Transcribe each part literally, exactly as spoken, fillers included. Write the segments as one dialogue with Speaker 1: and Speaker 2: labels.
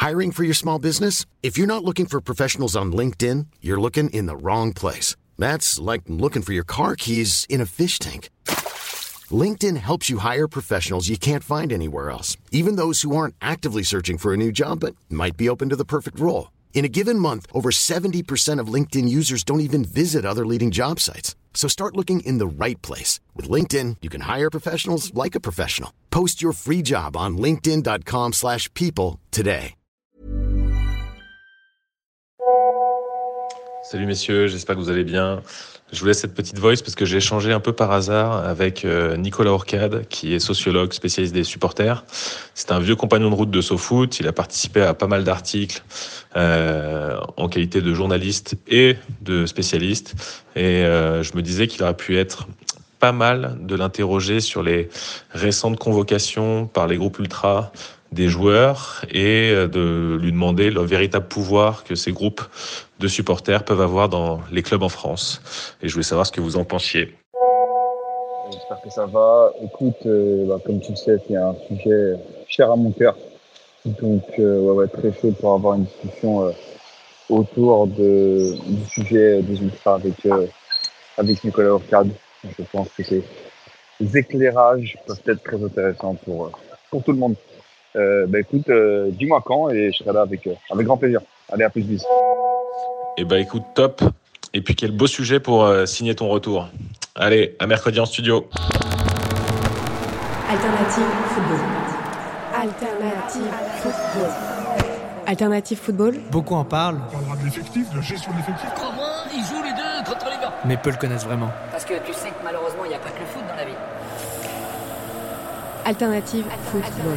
Speaker 1: Hiring for your small business? If you're not looking for professionals on LinkedIn, you're looking in the wrong place. That's like looking for your car keys in a fish tank. LinkedIn helps you hire professionals you can't find anywhere else, even those who aren't actively searching for a new job but might be open to the perfect role. In a given month, over seventy percent of LinkedIn users don't even visit other leading job sites. So start looking in the right place. With LinkedIn, you can hire professionals like a professional. Post your free job on linkedin.com slash people today.
Speaker 2: Salut messieurs, j'espère que vous allez bien. Je vous laisse cette petite voice parce que j'ai échangé un peu par hasard avec euh, Nicolas Orcade, qui est sociologue spécialiste des supporters. C'est un vieux compagnon de route de SoFoot. Il a participé à pas mal d'articles euh, en qualité de journaliste et de spécialiste. Et euh, je me disais qu'il aurait pu être pas mal de l'interroger sur les récentes convocations par les groupes ultras des joueurs et de lui demander le véritable pouvoir que ces groupes de supporters peuvent avoir dans les clubs en France. Et je voulais savoir ce que vous en pensiez.
Speaker 3: J'espère que ça va. Écoute, euh, bah, comme tu le sais, c'est un sujet cher à mon cœur. Donc, euh, ouais, ouais, très chaud pour avoir une discussion euh, autour de, du sujet des ultras avec, euh, avec Nicolas Orcade. Je pense que ces éclairages peuvent être très intéressants pour, pour tout le monde. Euh, bah écoute, euh, dis-moi quand et je serai là avec, euh, avec grand plaisir. Allez, à plus, bis.
Speaker 2: Eh ben écoute, top. Et puis quel beau sujet pour euh, signer ton retour. Allez, à mercredi en studio.
Speaker 4: Alternative football. Alternative football. Alternative football.
Speaker 5: Beaucoup en parlent.
Speaker 6: On parlera de l'effectif, de la gestion de l'effectif.
Speaker 7: Comment ils jouent les deux contre les gars.
Speaker 5: Mais peu le connaissent vraiment.
Speaker 7: Parce que tu sais que malheureusement, il n'y a pas que le foot dans la vie.
Speaker 4: Alternative football.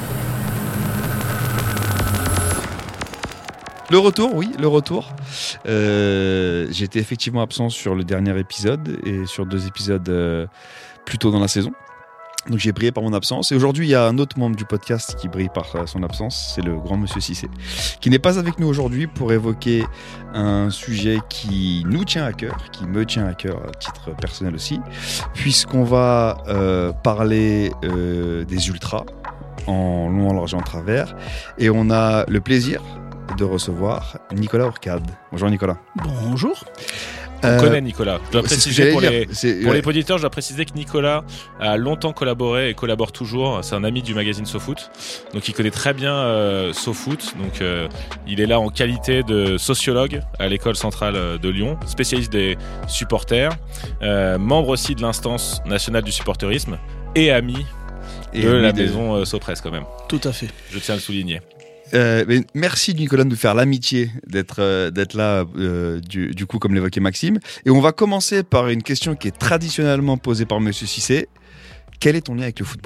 Speaker 8: Le retour, oui, le retour. Euh, j'étais effectivement absent sur le dernier épisode et sur deux épisodes euh, plus tôt dans la saison. Donc j'ai brillé par mon absence. Et aujourd'hui, il y a un autre membre du podcast qui brille par son absence. C'est le grand monsieur Cissé, qui n'est pas avec nous aujourd'hui pour évoquer un sujet qui nous tient à cœur, qui me tient à cœur à titre personnel aussi, puisqu'on va euh, parler euh, des ultras en long, en large et en travers. Et on a le plaisir de recevoir Nicolas Orcade. Bonjour Nicolas.
Speaker 9: Bonjour.
Speaker 2: On
Speaker 8: Euh,
Speaker 2: connaît Nicolas. Je dois préciser pour, les,
Speaker 8: c'est,
Speaker 2: pour
Speaker 8: ouais.
Speaker 2: les auditeurs, je dois préciser que Nicolas a longtemps collaboré et collabore toujours. C'est un ami du magazine SoFoot, donc il connaît très bien euh, SoFoot. Donc euh, il est là en qualité de sociologue à l'école centrale de Lyon, spécialiste des supporters, euh, membre aussi de l'instance nationale du supporterisme et ami
Speaker 8: Et
Speaker 2: de
Speaker 8: ami
Speaker 2: la
Speaker 8: de-
Speaker 2: maison euh, Sopress quand même.
Speaker 9: Tout à fait.
Speaker 2: Je tiens à le souligner.
Speaker 8: Euh, mais merci Nicolas de nous faire l'amitié d'être euh, d'être là euh, du, du coup comme l'évoquait Maxime. Et on va commencer par une question qui est traditionnellement posée par Monsieur Cissé. Quel est ton lien avec le football ?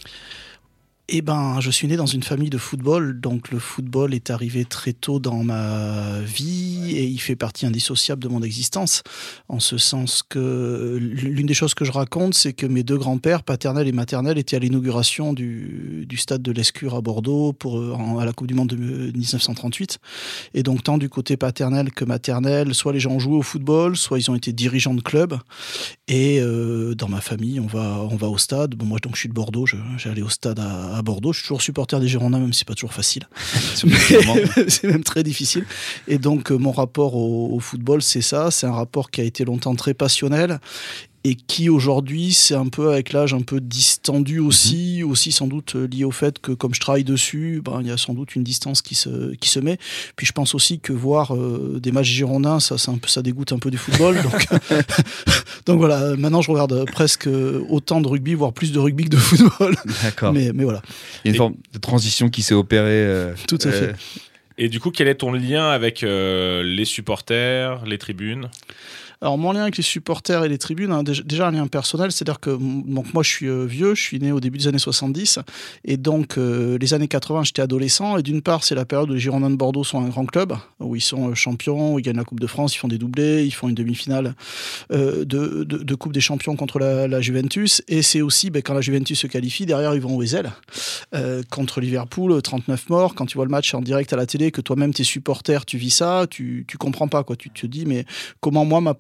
Speaker 9: Eh ben, je suis né dans une famille de football, donc le football est arrivé très tôt dans ma vie et il fait partie indissociable de mon existence. En ce sens que l'une des choses que je raconte, c'est que mes deux grands-pères, paternels et maternels, étaient à l'inauguration du, du stade de l'Escure à Bordeaux pour, en, à la Coupe du Monde de dix-neuf cent trente-huit. Et donc, tant du côté paternel que maternel, soit les gens ont joué au football, soit ils ont été dirigeants de club. Et euh, dans ma famille, on va, on va au stade. Bon, moi, donc, je suis de Bordeaux, je, j'ai allé au stade à, à Bordeaux. Je suis toujours supporter des Girondins, même si c'est pas toujours facile. Mais c'est même très difficile. Et donc, euh, mon rapport au, au football, c'est ça. C'est un rapport qui a été longtemps très passionnel et qui aujourd'hui, c'est un peu avec l'âge un peu distendu aussi, mmh. aussi sans doute lié au fait que comme je travaille dessus, ben, il y a sans doute une distance qui se, qui se met. Puis je pense aussi que voir euh, des matchs girondins, ça, c'est un peu, ça dégoûte un peu du football. Donc, donc voilà, maintenant je regarde presque autant de rugby, voire plus de rugby que de football.
Speaker 8: D'accord.
Speaker 9: Mais, mais voilà.
Speaker 8: Il y a une
Speaker 2: Et-
Speaker 8: forme de transition qui s'est opérée. euh,
Speaker 9: Tout à fait.
Speaker 8: euh,
Speaker 2: Et du coup, quel est ton lien avec euh, les supporters, les tribunes ?
Speaker 9: Alors, mon lien avec les supporters et les tribunes, hein, déjà, déjà un lien personnel, c'est-à-dire que donc, moi, je suis euh, vieux, je suis né au début des années soixante-dix, et donc euh, les années quatre-vingts, j'étais adolescent, et d'une part, c'est la période où les Girondins de Bordeaux sont un grand club, où ils sont euh, champions, où ils gagnent la Coupe de France, ils font des doublés, ils font une demi-finale euh, de, de, de Coupe des Champions contre la, la Juventus, et c'est aussi, ben, quand la Juventus se qualifie, derrière, ils vont au Ezel, euh, contre Liverpool, trente-neuf morts, quand tu vois le match en direct à la télé, que toi-même, t'es supporter, tu vis ça, tu, tu comprends pas, quoi. Tu te dis, mais comment moi, ma passion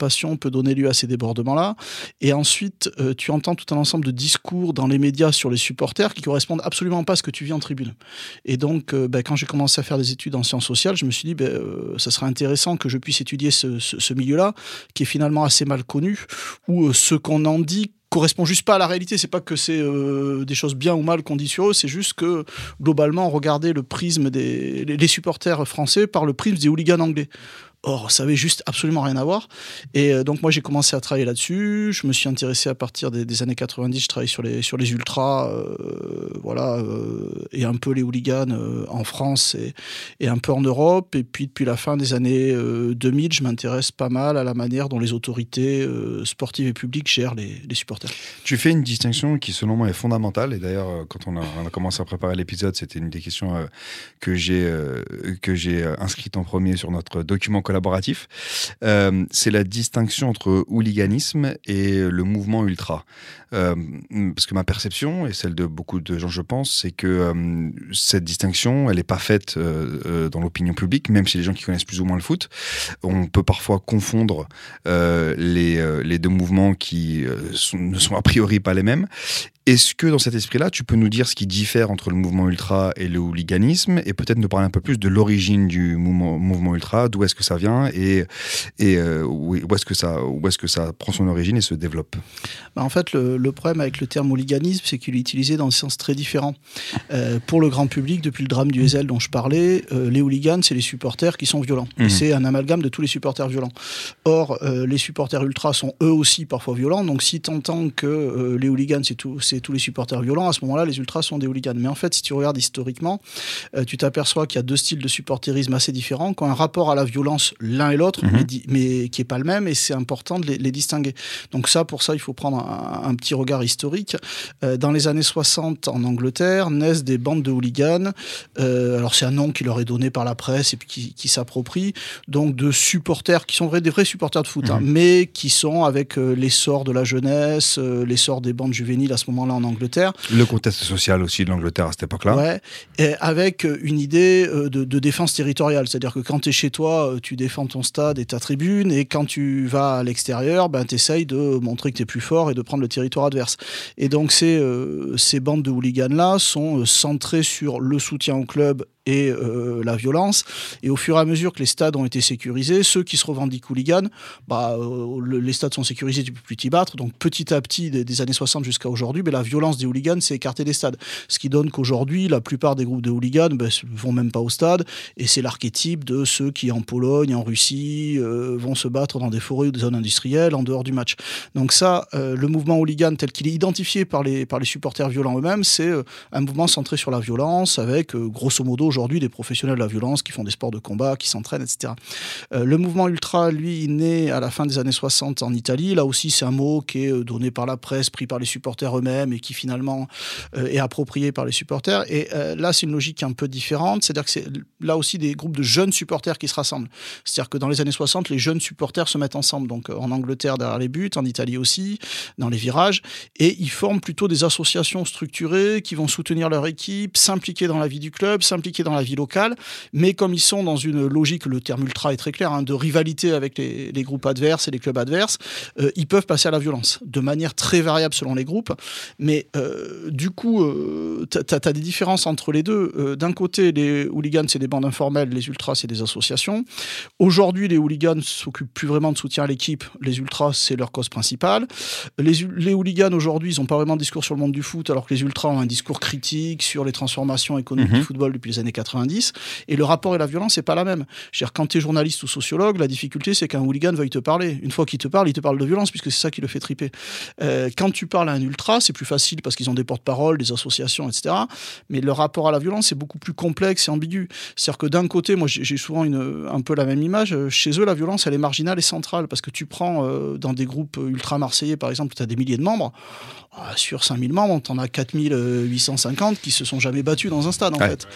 Speaker 9: motivation peut donner lieu à ces débordements-là. Et ensuite, euh, tu entends tout un ensemble de discours dans les médias sur les supporters qui correspondent absolument pas à ce que tu vis en tribune. Et donc, euh, ben, quand j'ai commencé à faire des études en sciences sociales, je me suis dit, ben, euh, ça serait intéressant que je puisse étudier ce, ce, ce milieu-là, qui est finalement assez mal connu, où euh, ce qu'on en dit correspond juste pas à la réalité. C'est pas que c'est euh, des choses bien ou mal qu'on dit sur eux, c'est juste que globalement, regardez le prisme des les supporters français par le prisme des hooligans anglais. Or, ça avait juste absolument rien à voir. Et euh, donc, moi, j'ai commencé à travailler là-dessus. Je me suis intéressé à partir des, des années quatre-vingt-dix. Je travaillais sur les, sur les ultras, euh, voilà, euh, et un peu les hooligans euh, en France et, et un peu en Europe. Et puis, depuis la fin des années euh, deux mille, je m'intéresse pas mal à la manière dont les autorités euh, sportives et publiques gèrent les, les supporters.
Speaker 8: Tu fais une distinction qui, selon moi, est fondamentale. Et d'ailleurs, quand on a, on a commencé à préparer l'épisode, c'était une des questions euh, que j'ai euh, que j'ai inscrite en premier sur notre document collaboratif, euh, c'est la distinction entre hooliganisme et le mouvement ultra. Euh, parce que ma perception, et celle de beaucoup de gens je pense, c'est que euh, cette distinction, elle n'est pas faite euh, euh, dans l'opinion publique, même chez les gens qui connaissent plus ou moins le foot. On peut parfois confondre euh, les, euh, les deux mouvements qui euh, sont, ne sont a priori pas les mêmes. Est-ce que dans cet esprit-là, tu peux nous dire ce qui diffère entre le mouvement ultra et le hooliganisme, et peut-être nous parler un peu plus de l'origine du mouvement, mouvement ultra, d'où est-ce que ça vient et, et euh, où est-ce que ça, où est-ce que ça prend son origine et se développe?
Speaker 9: Bah en fait, le, le problème avec le terme hooliganisme, c'est qu'il est utilisé dans des sens très différents. Euh, pour le grand public, depuis le drame du Heysel dont je parlais, euh, les hooligans, c'est les supporters qui sont violents. Mmh. C'est un amalgame de tous les supporters violents. Or, euh, les supporters ultras sont eux aussi parfois violents, donc si tu entends que euh, les hooligans, c'est tout, c'est tous les supporters violents, à ce moment-là, les ultras sont des hooligans. Mais en fait, si tu regardes historiquement, euh, tu t'aperçois qu'il y a deux styles de supporterisme assez différents, qui ont un rapport à la violence l'un et l'autre, mmh. mais, di- mais qui n'est pas le même, et c'est important de les, les distinguer. Donc ça, pour ça, il faut prendre un, un petit regard historique. Euh, dans les années soixante, en Angleterre, naissent des bandes de hooligans. Euh, alors c'est un nom qui leur est donné par la presse et puis qui, qui s'approprie, donc de supporters qui sont vrais, des vrais supporters de foot, mmh. hein, mais qui sont avec euh, l'essor de la jeunesse, euh, l'essor des bandes juvéniles à ce moment-là en Angleterre.
Speaker 8: Le contexte social aussi de l'Angleterre à cette époque-là.
Speaker 9: Ouais, et avec une idée de, de défense territoriale, c'est-à-dire que quand tu es chez toi, tu défends ton stade et ta tribune, et quand tu vas à l'extérieur, ben, tu essayes de montrer que tu es plus fort et de prendre le territoire adverse. Et donc ces, euh, ces bandes de hooligans-là sont centrées sur le soutien au club et euh, la violence. Et au fur et à mesure que les stades ont été sécurisés, ceux qui se revendiquent hooligans, bah, euh, le, les stades sont sécurisés, tu peux plus t'y battre. Donc petit à petit, des, des années soixante jusqu'à aujourd'hui, bah, la violence des hooligans s'est écartée des stades. Ce qui donne qu'aujourd'hui, la plupart des groupes de hooligans bah, vont même pas au stade. Et c'est l'archétype de ceux qui, en Pologne, en Russie, euh, vont se battre dans des forêts ou des zones industrielles en dehors du match. Donc ça, euh, le mouvement hooligan tel qu'il est identifié par les, par les supporters violents eux-mêmes, c'est euh, un mouvement centré sur la violence avec, euh, grosso modo, aujourd'hui des professionnels de la violence qui font des sports de combat, qui s'entraînent, et cetera. Euh, le mouvement ultra, lui, il naît à la fin des années soixante en Italie. Là aussi, c'est un mot qui est donné par la presse, pris par les supporters eux-mêmes et qui finalement euh, est approprié par les supporters. Et euh, là, c'est une logique un peu différente. C'est-à-dire que c'est là aussi des groupes de jeunes supporters qui se rassemblent. C'est-à-dire que dans les années soixante, les jeunes supporters se mettent ensemble. Donc en Angleterre, derrière les buts, en Italie aussi, dans les virages. Et ils forment plutôt des associations structurées qui vont soutenir leur équipe, s'impliquer dans la vie du club, s'impliquer dans la vie locale, mais comme ils sont dans une logique, le terme ultra est très clair, hein, de rivalité avec les, les groupes adverses et les clubs adverses, euh, ils peuvent passer à la violence, de manière très variable selon les groupes, mais euh, du coup, euh, tu as des différences entre les deux. Euh, d'un côté, les hooligans, c'est des bandes informelles, les ultras, c'est des associations. Aujourd'hui, les hooligans ne s'occupent plus vraiment de soutien à l'équipe, les ultras, c'est leur cause principale. Les, les hooligans, aujourd'hui, ils n'ont pas vraiment de discours sur le monde du foot, alors que les ultras ont un discours critique sur les transformations économiques mmh. du football depuis les années quatre-vingt-dix, et le rapport et la violence, c'est pas la même. Je veux dire, quand tu es journaliste ou sociologue, la difficulté, c'est qu'un hooligan veuille te parler. Une fois qu'il te parle, il te parle de violence, puisque c'est ça qui le fait triper. Euh, quand tu parles à un ultra, c'est plus facile parce qu'ils ont des porte-paroles, des associations, et cetera. Mais le rapport à la violence, c'est beaucoup plus complexe et ambigu. C'est-à-dire que d'un côté, moi, j'ai souvent une, un peu la même image. Chez eux, la violence, elle est marginale et centrale, parce que tu prends euh, dans des groupes ultra-marseillais, par exemple, tu as des milliers de membres. Sur cinq mille membres, tu en as quatre mille huit cent cinquante qui se sont jamais battus dans un stade, en ouais. fait.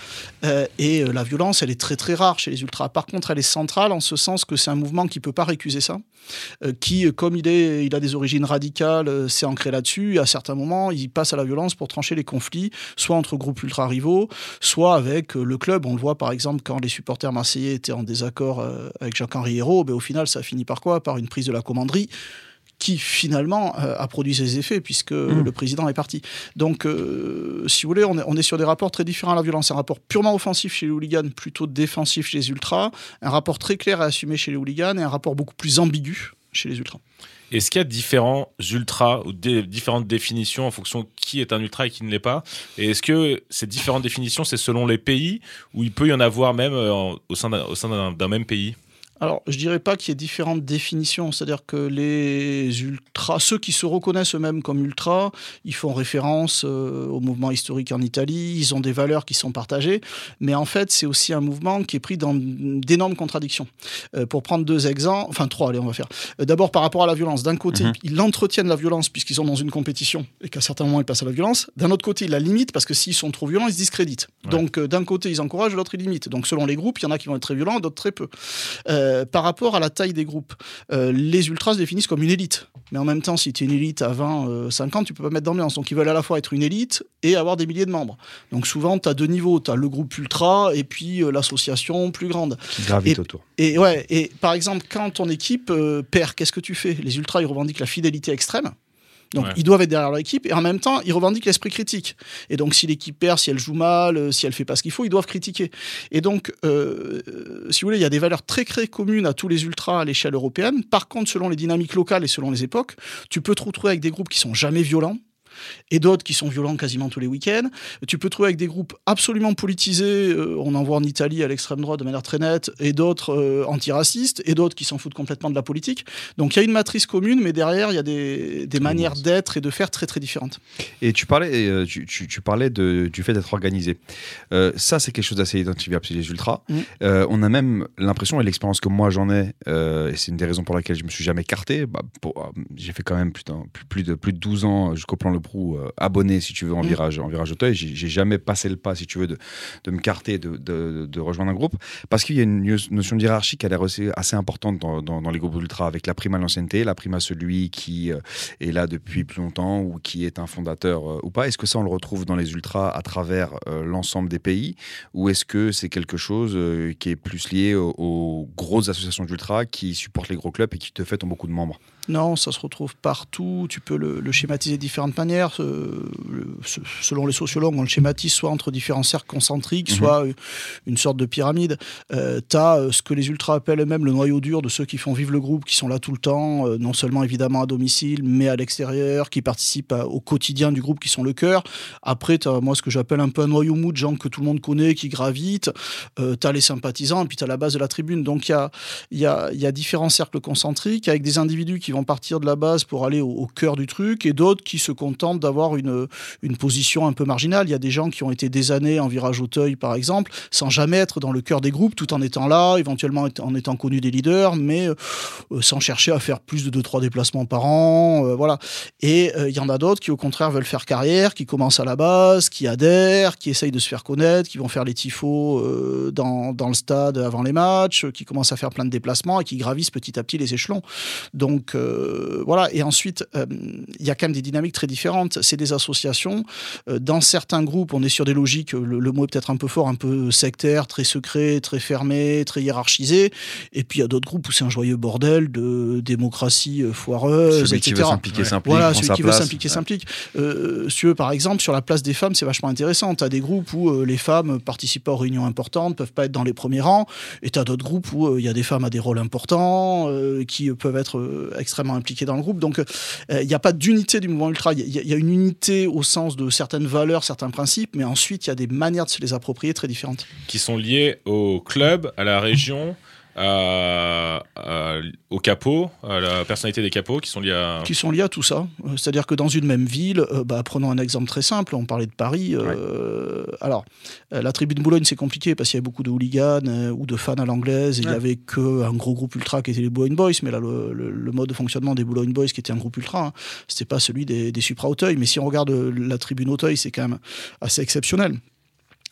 Speaker 9: Euh, et euh, la violence, elle est très très rare chez les ultras. Par contre, elle est centrale en ce sens que c'est un mouvement qui peut pas récuser ça, euh, qui, comme il est, il a des origines radicales, euh, s'est ancré là-dessus. Et à certains moments, il passe à la violence pour trancher les conflits, soit entre groupes ultra rivaux, soit avec euh, le club. On le voit par exemple quand les supporters marseillais étaient en désaccord euh, avec Jacques-Henri Hérault, ben, au final, ça a fini par quoi? Par une prise de la commanderie, qui finalement euh, a produit ses effets puisque mmh. le président est parti. Donc, euh, si vous voulez, on est, on est sur des rapports très différents à la violence. Un rapport purement offensif chez les hooligans, plutôt défensif chez les ultras, un rapport très clair à assumer chez les hooligans et un rapport beaucoup plus ambigu chez les ultras.
Speaker 5: Est-ce qu'il y a différents ultras ou des, différentes définitions en fonction de qui est un ultra et qui ne l'est pas? Et est-ce que ces différentes définitions, c'est selon les pays ou il peut y en avoir même euh, au sein d'un, au sein d'un, d'un même pays?
Speaker 9: Alors, je dirais pas qu'il y ait différentes définitions. C'est-à-dire que les ultras, ceux qui se reconnaissent eux-mêmes comme ultras, ils font référence euh, au mouvement historique en Italie, ils ont des valeurs qui sont partagées, mais en fait, c'est aussi un mouvement qui est pris dans d'énormes contradictions. Euh, pour prendre deux exemples, enfin trois, allez, on va faire. Euh, d'abord, par rapport à la violence. D'un côté, mmh. ils entretiennent la violence puisqu'ils sont dans une compétition et qu'à certains moments, ils passent à la violence. D'un autre côté, ils la limitent parce que s'ils sont trop violents, ils se discréditent. Ouais. Donc, euh, d'un côté, ils encouragent, de l'autre, ils limitent. Donc, selon les groupes, il y en a qui vont être très violents, d'autres très peu. Euh, par rapport à la taille des groupes, euh, les ultras se définissent comme une élite. Mais en même temps, si tu es une élite à vingt, cinquante, tu peux pas mettre d'ambiance. Donc ils veulent à la fois être une élite et avoir des milliers de membres. Donc souvent, tu as deux niveaux. Tu as le groupe ultra et puis euh, l'association plus grande.
Speaker 8: Qui gravite
Speaker 9: et,
Speaker 8: autour.
Speaker 9: Et, ouais, et par exemple, quand ton équipe euh, perd, qu'est-ce que tu fais? Les ultras, ils revendiquent la fidélité extrême. Donc, ouais. ils doivent être derrière leur équipe et en même temps, ils revendiquent l'esprit critique. Et donc, si l'équipe perd, si elle joue mal, si elle fait pas ce qu'il faut, ils doivent critiquer. Et donc, euh, si vous voulez, il y a des valeurs très, très communes à tous les ultras à l'échelle européenne. Par contre, selon les dynamiques locales et selon les époques, tu peux te retrouver avec des groupes qui sont jamais violents et d'autres qui sont violents quasiment tous les week-ends. Tu peux trouver avec des groupes absolument politisés, euh, on en voit en Italie à l'extrême droite de manière très nette, et d'autres euh, antiracistes, et d'autres qui s'en foutent complètement de la politique. Donc il y a une matrice commune, mais derrière, il y a des, des manières d'être et de faire très très différentes.
Speaker 8: Et tu parlais, euh, tu, tu, tu parlais de, du fait d'être organisé. Euh, ça, c'est quelque chose d'assez identifiable chez les ultras. Mmh. Euh, on a même l'impression, et l'expérience que moi j'en ai, euh, et c'est une des raisons pour laquelle je me suis jamais carté, bah, pour, euh, j'ai fait quand même plus, plus, plus, de, plus de douze ans jusqu'au plan Le Prou, euh, abonné si tu veux en mmh. virage, en virage Auteuil. J'ai, j'ai jamais passé le pas si tu veux de, de me carter, de, de, de rejoindre un groupe, parce qu'il y a une notion de hiérarchie qui a l'air assez, assez importante dans, dans, dans les groupes ultra, avec la prime à l'ancienneté, la prime à celui qui euh, est là depuis plus longtemps ou qui est un fondateur euh, ou pas. Est-ce que ça on le retrouve dans les ultras à travers euh, l'ensemble des pays, ou est-ce que c'est quelque chose euh, qui est plus lié aux, aux grosses associations d'ultra qui supportent les gros clubs et qui de fait ont beaucoup de membres?
Speaker 9: Non, ça se retrouve partout. Tu peux le, le schématiser de différentes manières. Euh, le, selon les sociologues, on le schématise soit entre différents cercles concentriques, mmh. soit une sorte de pyramide. Euh, tu as ce que les ultras appellent eux-mêmes le noyau dur de ceux qui font vivre le groupe, qui sont là tout le temps, euh, non seulement évidemment à domicile, mais à l'extérieur, qui participent à, au quotidien du groupe, qui sont le cœur. Après, tu as moi ce que j'appelle un peu un noyau mou de gens que tout le monde connaît, qui gravitent. Euh, tu as les sympathisants, et puis tu as la base de la tribune. Donc il y a, y, a, y a différents cercles concentriques avec des individus qui vont partir de la base pour aller au, au cœur du truc, et d'autres qui se contentent d'avoir une, une position un peu marginale. Il y a des gens qui ont été des années en virage Auteuil, par exemple, sans jamais être dans le cœur des groupes, tout en étant là, éventuellement en étant connus des leaders, mais euh, sans chercher à faire plus de deux trois déplacements par an. Euh, voilà. Et il euh, y en a d'autres qui, au contraire, veulent faire carrière, qui commencent à la base, qui adhèrent, qui essayent de se faire connaître, qui vont faire les tifos euh, dans, dans le stade avant les matchs, qui commencent à faire plein de déplacements et qui gravissent petit à petit les échelons. Donc, euh, voilà. Et ensuite, il euh, y a quand même des dynamiques très différentes. C'est des associations. Euh, dans certains groupes, on est sur des logiques, le, le mot est peut-être un peu fort, un peu sectaire, très secret, très fermé, très hiérarchisé. Et puis, il y a d'autres groupes où c'est un joyeux bordel de démocratie foireuse,
Speaker 8: celui
Speaker 9: et cetera.
Speaker 8: Qui veut s'impliquer, ouais. s'implique.
Speaker 9: Voilà, celui qui
Speaker 8: place.
Speaker 9: veut s'impliquer,
Speaker 8: ouais.
Speaker 9: s'implique. Euh, si tu veux, par exemple, sur la place des femmes, c'est vachement intéressant. Tu as des groupes où euh, les femmes participent pas aux réunions importantes, ne peuvent pas être dans les premiers rangs. Et tu as d'autres groupes où il euh, y a des femmes à des rôles importants, euh, qui euh, peuvent être euh, extrêmement impliquées dans le groupe. Donc, il euh, n'y a pas d'unité du mouvement ultra. Il y, y a une unité au sens de certaines valeurs, certains principes, mais ensuite, il y a des manières de se les approprier très différentes.
Speaker 5: Qui sont liées au club, à la région, à, à, au capot, à la personnalité des capots, qui sont liés à...
Speaker 9: Qui sont liés à tout ça. C'est-à-dire que dans une même ville, euh, bah, prenons un exemple très simple, on parlait de Paris. Euh, ouais. Alors, euh, la tribune Boulogne, c'est compliqué parce qu'il y avait beaucoup de hooligans euh, ou de fans à l'anglaise, et il ouais. n'y avait qu'un gros groupe ultra qui était les Boulogne Boys, mais là, le, le, le mode de fonctionnement des Boulogne Boys, qui était un groupe ultra, hein, c'était pas celui des, des Supra Auteuil. Mais si on regarde la tribune Auteuil, c'est quand même assez exceptionnel.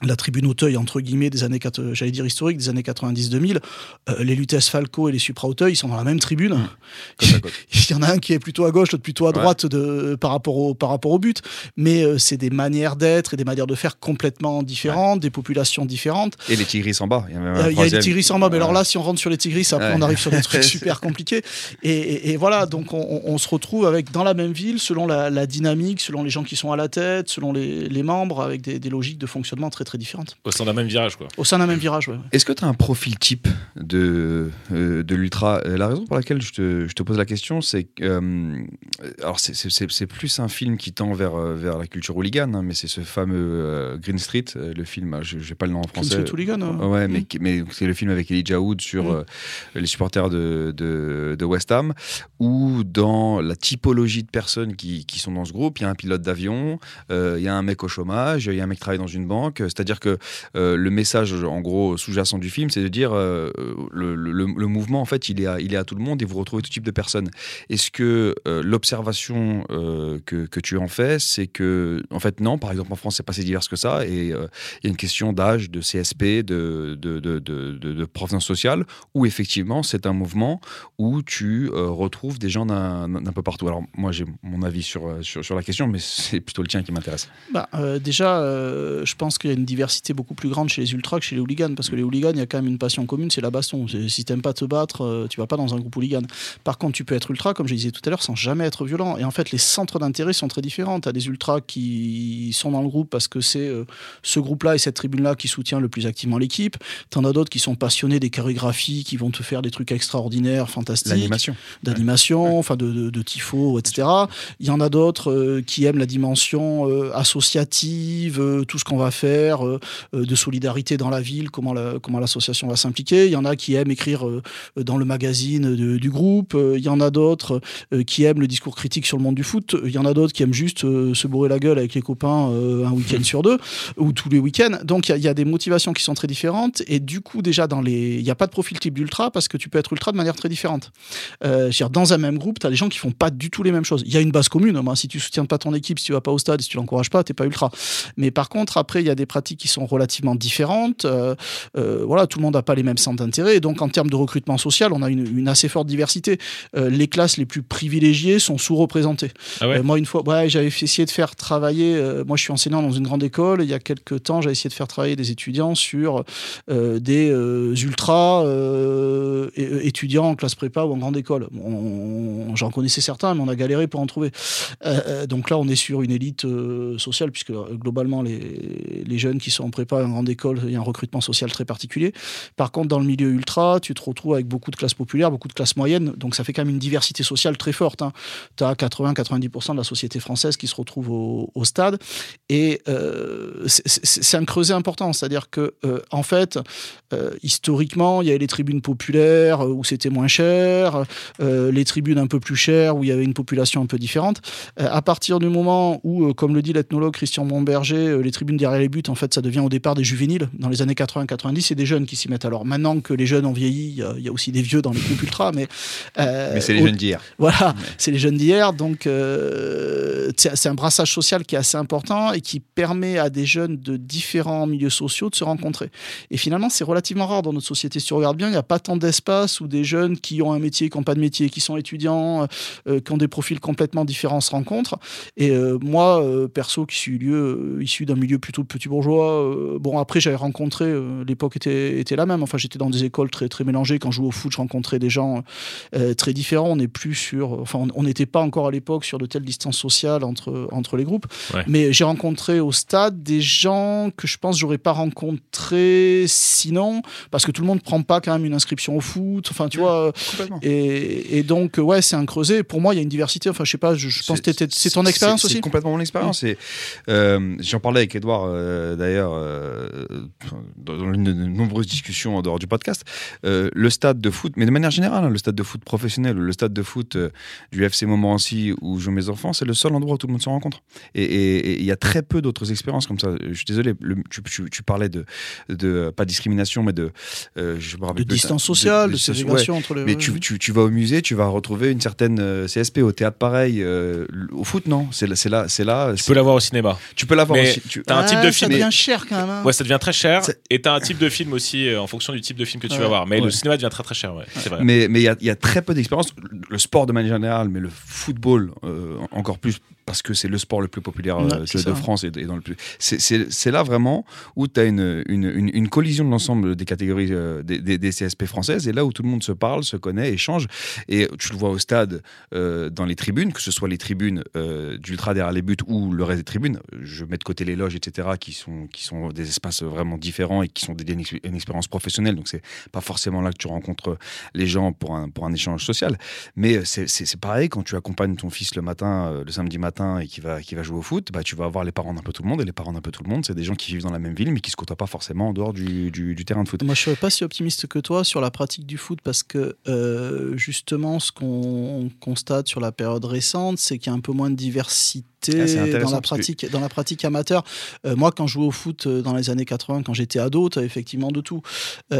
Speaker 9: la tribune Auteuil, entre guillemets, des années, j'allais dire historique, des années quatre-vingt-dix deux mille, euh, les Lutèce Falco et les Supra Auteuil, ils sont dans la même tribune. Mmh. Côte à côte. Il y en a un qui est plutôt à gauche, l'autre plutôt à droite ouais. de, par, rapport au, par rapport au but. Mais euh, c'est des manières d'être et des manières de faire complètement différentes, ouais. des populations différentes.
Speaker 8: Et les Tigris en bas. Il y a,
Speaker 9: euh, il y a les Tigris en bas, mais ouais. alors là, si on rentre sur les Tigris, après ouais. on arrive sur des trucs super compliqués. Et, et, et voilà, donc on, on se retrouve avec, dans la même ville, selon la, la dynamique, selon les gens qui sont à la tête, selon les, les membres, avec des, des logiques de fonctionnement très très différentes.
Speaker 5: Au sein d'un même virage, quoi.
Speaker 9: Au sein d'un même virage, ouais.
Speaker 8: Est-ce que tu as un profil type de, euh, de l'ultra ? La raison pour laquelle je te, je te pose la question, c'est que. Euh, alors, c'est, c'est, c'est plus un film qui tend vers, vers la culture hooligan, hein, mais c'est ce fameux euh, Green Street, euh, le film, je n'ai pas le nom en français.
Speaker 9: Green Street Hooligan,
Speaker 8: euh, Ouais, mmh. mais, mais c'est le film avec Elijah Wood sur mmh. euh, les supporters de, de, de West Ham, où dans la typologie de personnes qui, qui sont dans ce groupe, il y a un pilote d'avion, il euh, y a un mec au chômage, il y a un mec qui travaille dans une banque, c'est-à-dire que Euh, le message en gros sous-jacent du film, c'est de dire euh, le, le, le mouvement en fait il est, à, il est à tout le monde et vous retrouvez tout type de personnes. Est-ce que euh, l'observation euh, que, que tu en fais, c'est que en fait non, par exemple en France c'est pas si divers que ça et il euh, y a une question d'âge, de C S P, de, de, de, de, de, de provenance sociale où effectivement c'est un mouvement où tu euh, retrouves des gens d'un, d'un peu partout. Alors moi j'ai mon avis sur, sur, sur la question, mais c'est plutôt le tien qui m'intéresse.
Speaker 9: Bah, euh, déjà euh, je pense qu'il y a une diversité beaucoup plus grande chez les ultras que chez les hooligans, parce que les hooligans, il y a quand même une passion commune, c'est la baston. C'est, si t'aimes pas te battre, euh, tu vas pas dans un groupe hooligan. Par contre, tu peux être ultra, comme je disais tout à l'heure, sans jamais être violent. Et en fait, les centres d'intérêt sont très différents. T'as des ultras qui sont dans le groupe parce que c'est euh, ce groupe-là et cette tribune-là qui soutient le plus activement l'équipe. T'en as d'autres qui sont passionnés des chorégraphies, qui vont te faire des trucs extraordinaires, fantastiques.
Speaker 8: L'animation.
Speaker 9: D'animation, enfin ouais. de, de, de tifo, et cetera. Il y en a d'autres euh, qui aiment la dimension euh, associative, euh, tout ce qu'on va faire, euh, de solidarité dans la ville, comment, la, comment l'association va s'impliquer. Il y en a qui aiment écrire euh, dans le magazine de, du groupe. Euh, il y en a d'autres euh, qui aiment le discours critique sur le monde du foot. Il y en a d'autres qui aiment juste euh, se bourrer la gueule avec les copains euh, un week-end sur deux ou tous les week-ends. Donc il y, y a des motivations qui sont très différentes et du coup déjà dans les, il n'y a pas de profil type d'ultra parce que tu peux être ultra de manière très différente. Euh, c'est-à-dire dans un même groupe, tu as des gens qui font pas du tout les mêmes choses. Il y a une base commune. Hein, si tu soutiens pas ton équipe, si tu vas pas au stade, si tu l'encourages pas, t'es pas ultra. Mais par contre après il y a des pratiques qui sont relativement différentes. Euh, euh, voilà, tout le monde n'a pas les mêmes centres d'intérêt. Et donc, en termes de recrutement social, on a une, une assez forte diversité. Euh, les classes les plus privilégiées sont sous-représentées. Ah ouais euh, moi, une fois, ouais, j'avais essayé de faire travailler. Euh, moi, je suis enseignant dans une grande école. Il y a quelques temps, j'avais essayé de faire travailler des étudiants sur euh, des euh, ultras euh, étudiants en classe prépa ou en grande école. On, j'en connaissais certains, mais on a galéré pour en trouver. Euh, donc là, on est sur une élite euh, sociale, puisque globalement, les, les jeunes qui sont en prépa en grande école, il y a un recrutement social très particulier. Par contre, dans le milieu ultra, tu te retrouves avec beaucoup de classes populaires, beaucoup de classes moyennes, donc ça fait quand même une diversité sociale très forte. Hein. Tu as quatre-vingts à quatre-vingt-dix pour cent de la société française qui se retrouve au, au stade, et euh, c'est, c'est, c'est un creuset important, c'est-à-dire que euh, en fait, euh, historiquement, il y avait les tribunes populaires où c'était moins cher, euh, les tribunes un peu plus chères où il y avait une population un peu différente. Euh, à partir du moment où, euh, comme le dit l'ethnologue Christian Montberger, euh, les tribunes derrière les buts, en fait, ça devient au départ des juvéniles. Dans les années quatre-vingts quatre-vingt-dix, c'est des jeunes qui s'y mettent. Alors maintenant que les jeunes ont vieilli, il y a, il y a aussi des vieux dans les groupes ultra, mais...
Speaker 8: Euh, mais c'est les au... jeunes d'hier.
Speaker 9: Voilà, mais... c'est les jeunes d'hier, donc euh, c'est, c'est un brassage social qui est assez important et qui permet à des jeunes de différents milieux sociaux de se rencontrer. Et finalement, c'est relativement rare dans notre société. Si tu regardes bien, il n'y a pas tant d'espace où des jeunes qui ont un métier, qui n'ont pas de métier, qui sont étudiants, euh, qui ont des profils complètement différents se rencontrent. Et euh, moi, euh, perso, qui suis lieu, euh, issu d'un milieu plutôt petit bourgeois, euh, bon, après, j'avais rencontré, euh, l'époque était, était la même. Enfin, j'étais dans des écoles très, très mélangées. Quand je jouais au foot, je rencontrais des gens euh, très différents. On n'est plus sur... Enfin, on n'était pas encore à l'époque sur de telles distances sociales entre, entre les groupes. Ouais. Mais j'ai rencontré au stade des gens que je pense que j'aurais pas rencontrés sinon, parce que tout le monde prend pas quand même une inscription au foot. Enfin, tu vois. Et, et donc, ouais, c'est un creuset. Pour moi, il y a une diversité. Enfin, je sais pas, je, je pense que c'est ton expérience aussi.
Speaker 8: C'est complètement mon expérience. Mmh. Euh, j'en parlais avec Edouard, euh, d'ailleurs, euh, dans l'une de nombreuses discussions en dehors du podcast. Euh, le stade de foot, mais de manière générale, hein, le stade de foot professionnel, le stade de foot euh, du F C Montmorency où jouent mes enfants, c'est le seul endroit où tout le monde se rencontre. Et il y a très peu d'autres expériences comme ça. Je suis désolé, le, tu, tu, tu parlais de, de, pas de discrimination, mais de...
Speaker 9: Euh, je me rappelle de distance sociale, de, de, de ségrégation ouais. entre les...
Speaker 8: Mais tu, tu, tu vas au musée, tu vas retrouver une certaine euh, C S P. Au théâtre, pareil. Euh, au foot, non. C'est là, c'est là, c'est là.
Speaker 5: Tu peux l'avoir au cinéma.
Speaker 8: Tu peux l'avoir
Speaker 5: mais
Speaker 8: aussi. Tu...
Speaker 5: T'as un type de film.
Speaker 9: Ça devient cher quand même. Hein.
Speaker 5: Ouais, ça devient très cher.
Speaker 8: C'est...
Speaker 5: Et t'as un type de film aussi, euh, en fonction du type de film que tu
Speaker 9: ouais.
Speaker 5: vas voir. Mais
Speaker 8: ouais.
Speaker 5: le cinéma devient très très cher, ouais. C'est vrai.
Speaker 8: Mais mais il y a, y a très peu d'expérience. Le sport de manière générale, mais le football euh, encore plus parce que c'est le sport le plus populaire euh,
Speaker 9: ouais,
Speaker 8: de,
Speaker 9: ça,
Speaker 8: de France et, et dans le plus. C'est, c'est, c'est là vraiment où tu as une, une, une, une collision de l'ensemble des catégories euh, des, des, des C S P françaises et là où tout le monde se parle, se connaît, échange. Et tu le vois au stade, euh, dans les tribunes, que ce soit les tribunes euh, d'ultra derrière les buts ou le reste des tribunes. Je mets de côté les loges, et cetera, qui sont, qui sont des espaces vraiment différents et qui sont dédiés à une expérience professionnelle. Donc c'est pas forcément là que tu rencontres les gens pour un, pour un échange social. Mais c'est, c'est, c'est pareil quand tu accompagnes ton fils le matin, euh, le samedi matin, et qui va, qui va jouer au foot, bah, tu vas avoir les parents d'un peu tout le monde, et les parents d'un peu tout le monde, c'est des gens qui vivent dans la même ville, mais qui se côtoient pas forcément en dehors du, du, du terrain de foot.
Speaker 9: Moi, je serais pas si optimiste que toi sur la pratique du foot, parce que euh, justement, ce qu'on constate sur la période récente, c'est qu'il y a un peu moins de diversité ah, dans, la pratique, que... dans la pratique amateur. Euh, moi, quand je jouais au foot dans les années quatre-vingts, quand j'étais ado, tu as effectivement de tout.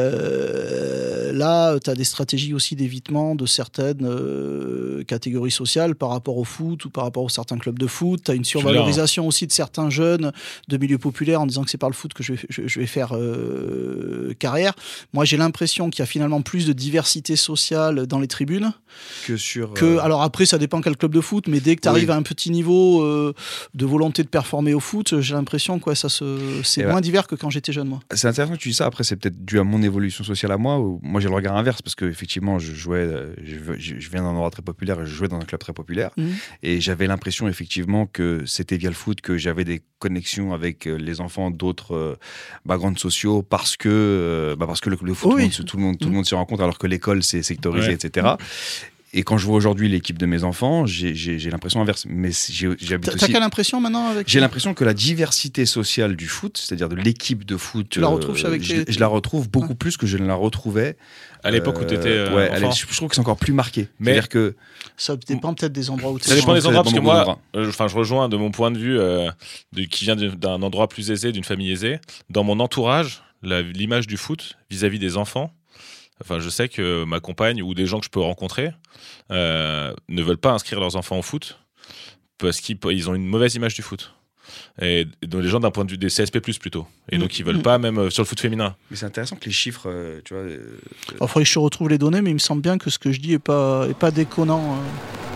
Speaker 9: Euh, là, tu as des stratégies aussi d'évitement de certaines euh, catégories sociales par rapport au foot ou par rapport à certains clubs de foot. Tu as une survalorisation aussi de certains jeunes de milieux populaires en disant que c'est par le foot que je vais, je, je vais faire euh, carrière. Moi, j'ai l'impression qu'il y a finalement plus de diversité sociale dans les tribunes
Speaker 8: que sur...
Speaker 9: Que, euh... Alors après, ça dépend quel club de foot, mais dès que tu arrives oui. à un petit niveau... Euh, de volonté de performer au foot, j'ai l'impression que ouais, ça se... c'est et moins bah, divers que quand j'étais jeune, moi.
Speaker 8: C'est intéressant que tu dis ça. Après, c'est peut-être dû à mon évolution sociale à moi. Où moi, j'ai le regard inverse parce que effectivement, je jouais, je, je viens d'un endroit très populaire et je jouais dans un club très populaire. Mmh. Et j'avais l'impression effectivement que c'était via le foot que j'avais des connexions avec les enfants d'autres euh, backgrounds sociaux parce que euh, bah parce que le, le foot, oui. tout le monde, tout mmh. le monde s'y rencontre alors que l'école c'est sectorisé, ouais. et cetera. Mmh. Et quand je vois aujourd'hui l'équipe de mes enfants, j'ai, j'ai, j'ai l'impression inverse. Mais j'ai, j'habite
Speaker 9: T'as
Speaker 8: aussi...
Speaker 9: quelle impression maintenant avec...
Speaker 8: J'ai l'impression que la diversité sociale du foot, c'est-à-dire de l'équipe de foot,
Speaker 9: tu la retrouves
Speaker 8: euh,
Speaker 9: avec
Speaker 8: je,
Speaker 9: les...
Speaker 8: je la retrouve beaucoup ouais. plus que je ne la retrouvais
Speaker 5: à l'époque euh, où tu étais euh,
Speaker 8: ouais,
Speaker 5: enfant.
Speaker 8: Je trouve que c'est encore plus marqué.
Speaker 5: Mais
Speaker 8: c'est-à-dire que
Speaker 9: ça dépend peut-être des endroits où tu es.
Speaker 5: Ça dépend des endroits parce que moi, enfin, euh, je rejoins de mon point de vue, euh, de, qui vient d'un endroit plus aisé, d'une famille aisée. Dans mon entourage, la, l'image du foot vis-à-vis des enfants. Enfin, je sais que ma compagne ou des gens que je peux rencontrer euh, ne veulent pas inscrire leurs enfants au foot parce qu'ils ils ont une mauvaise image du foot. Et donc les gens d'un point de vue des C S P plus, plutôt. Et donc ils veulent mmh. pas, même euh, sur le foot féminin.
Speaker 8: Mais c'est intéressant que les chiffres, euh, tu vois... Euh,
Speaker 9: il faudrait que je retrouve les données, mais il me semble bien que ce que je dis est pas, est pas déconnant. Euh.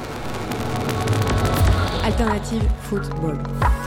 Speaker 4: Alternative football.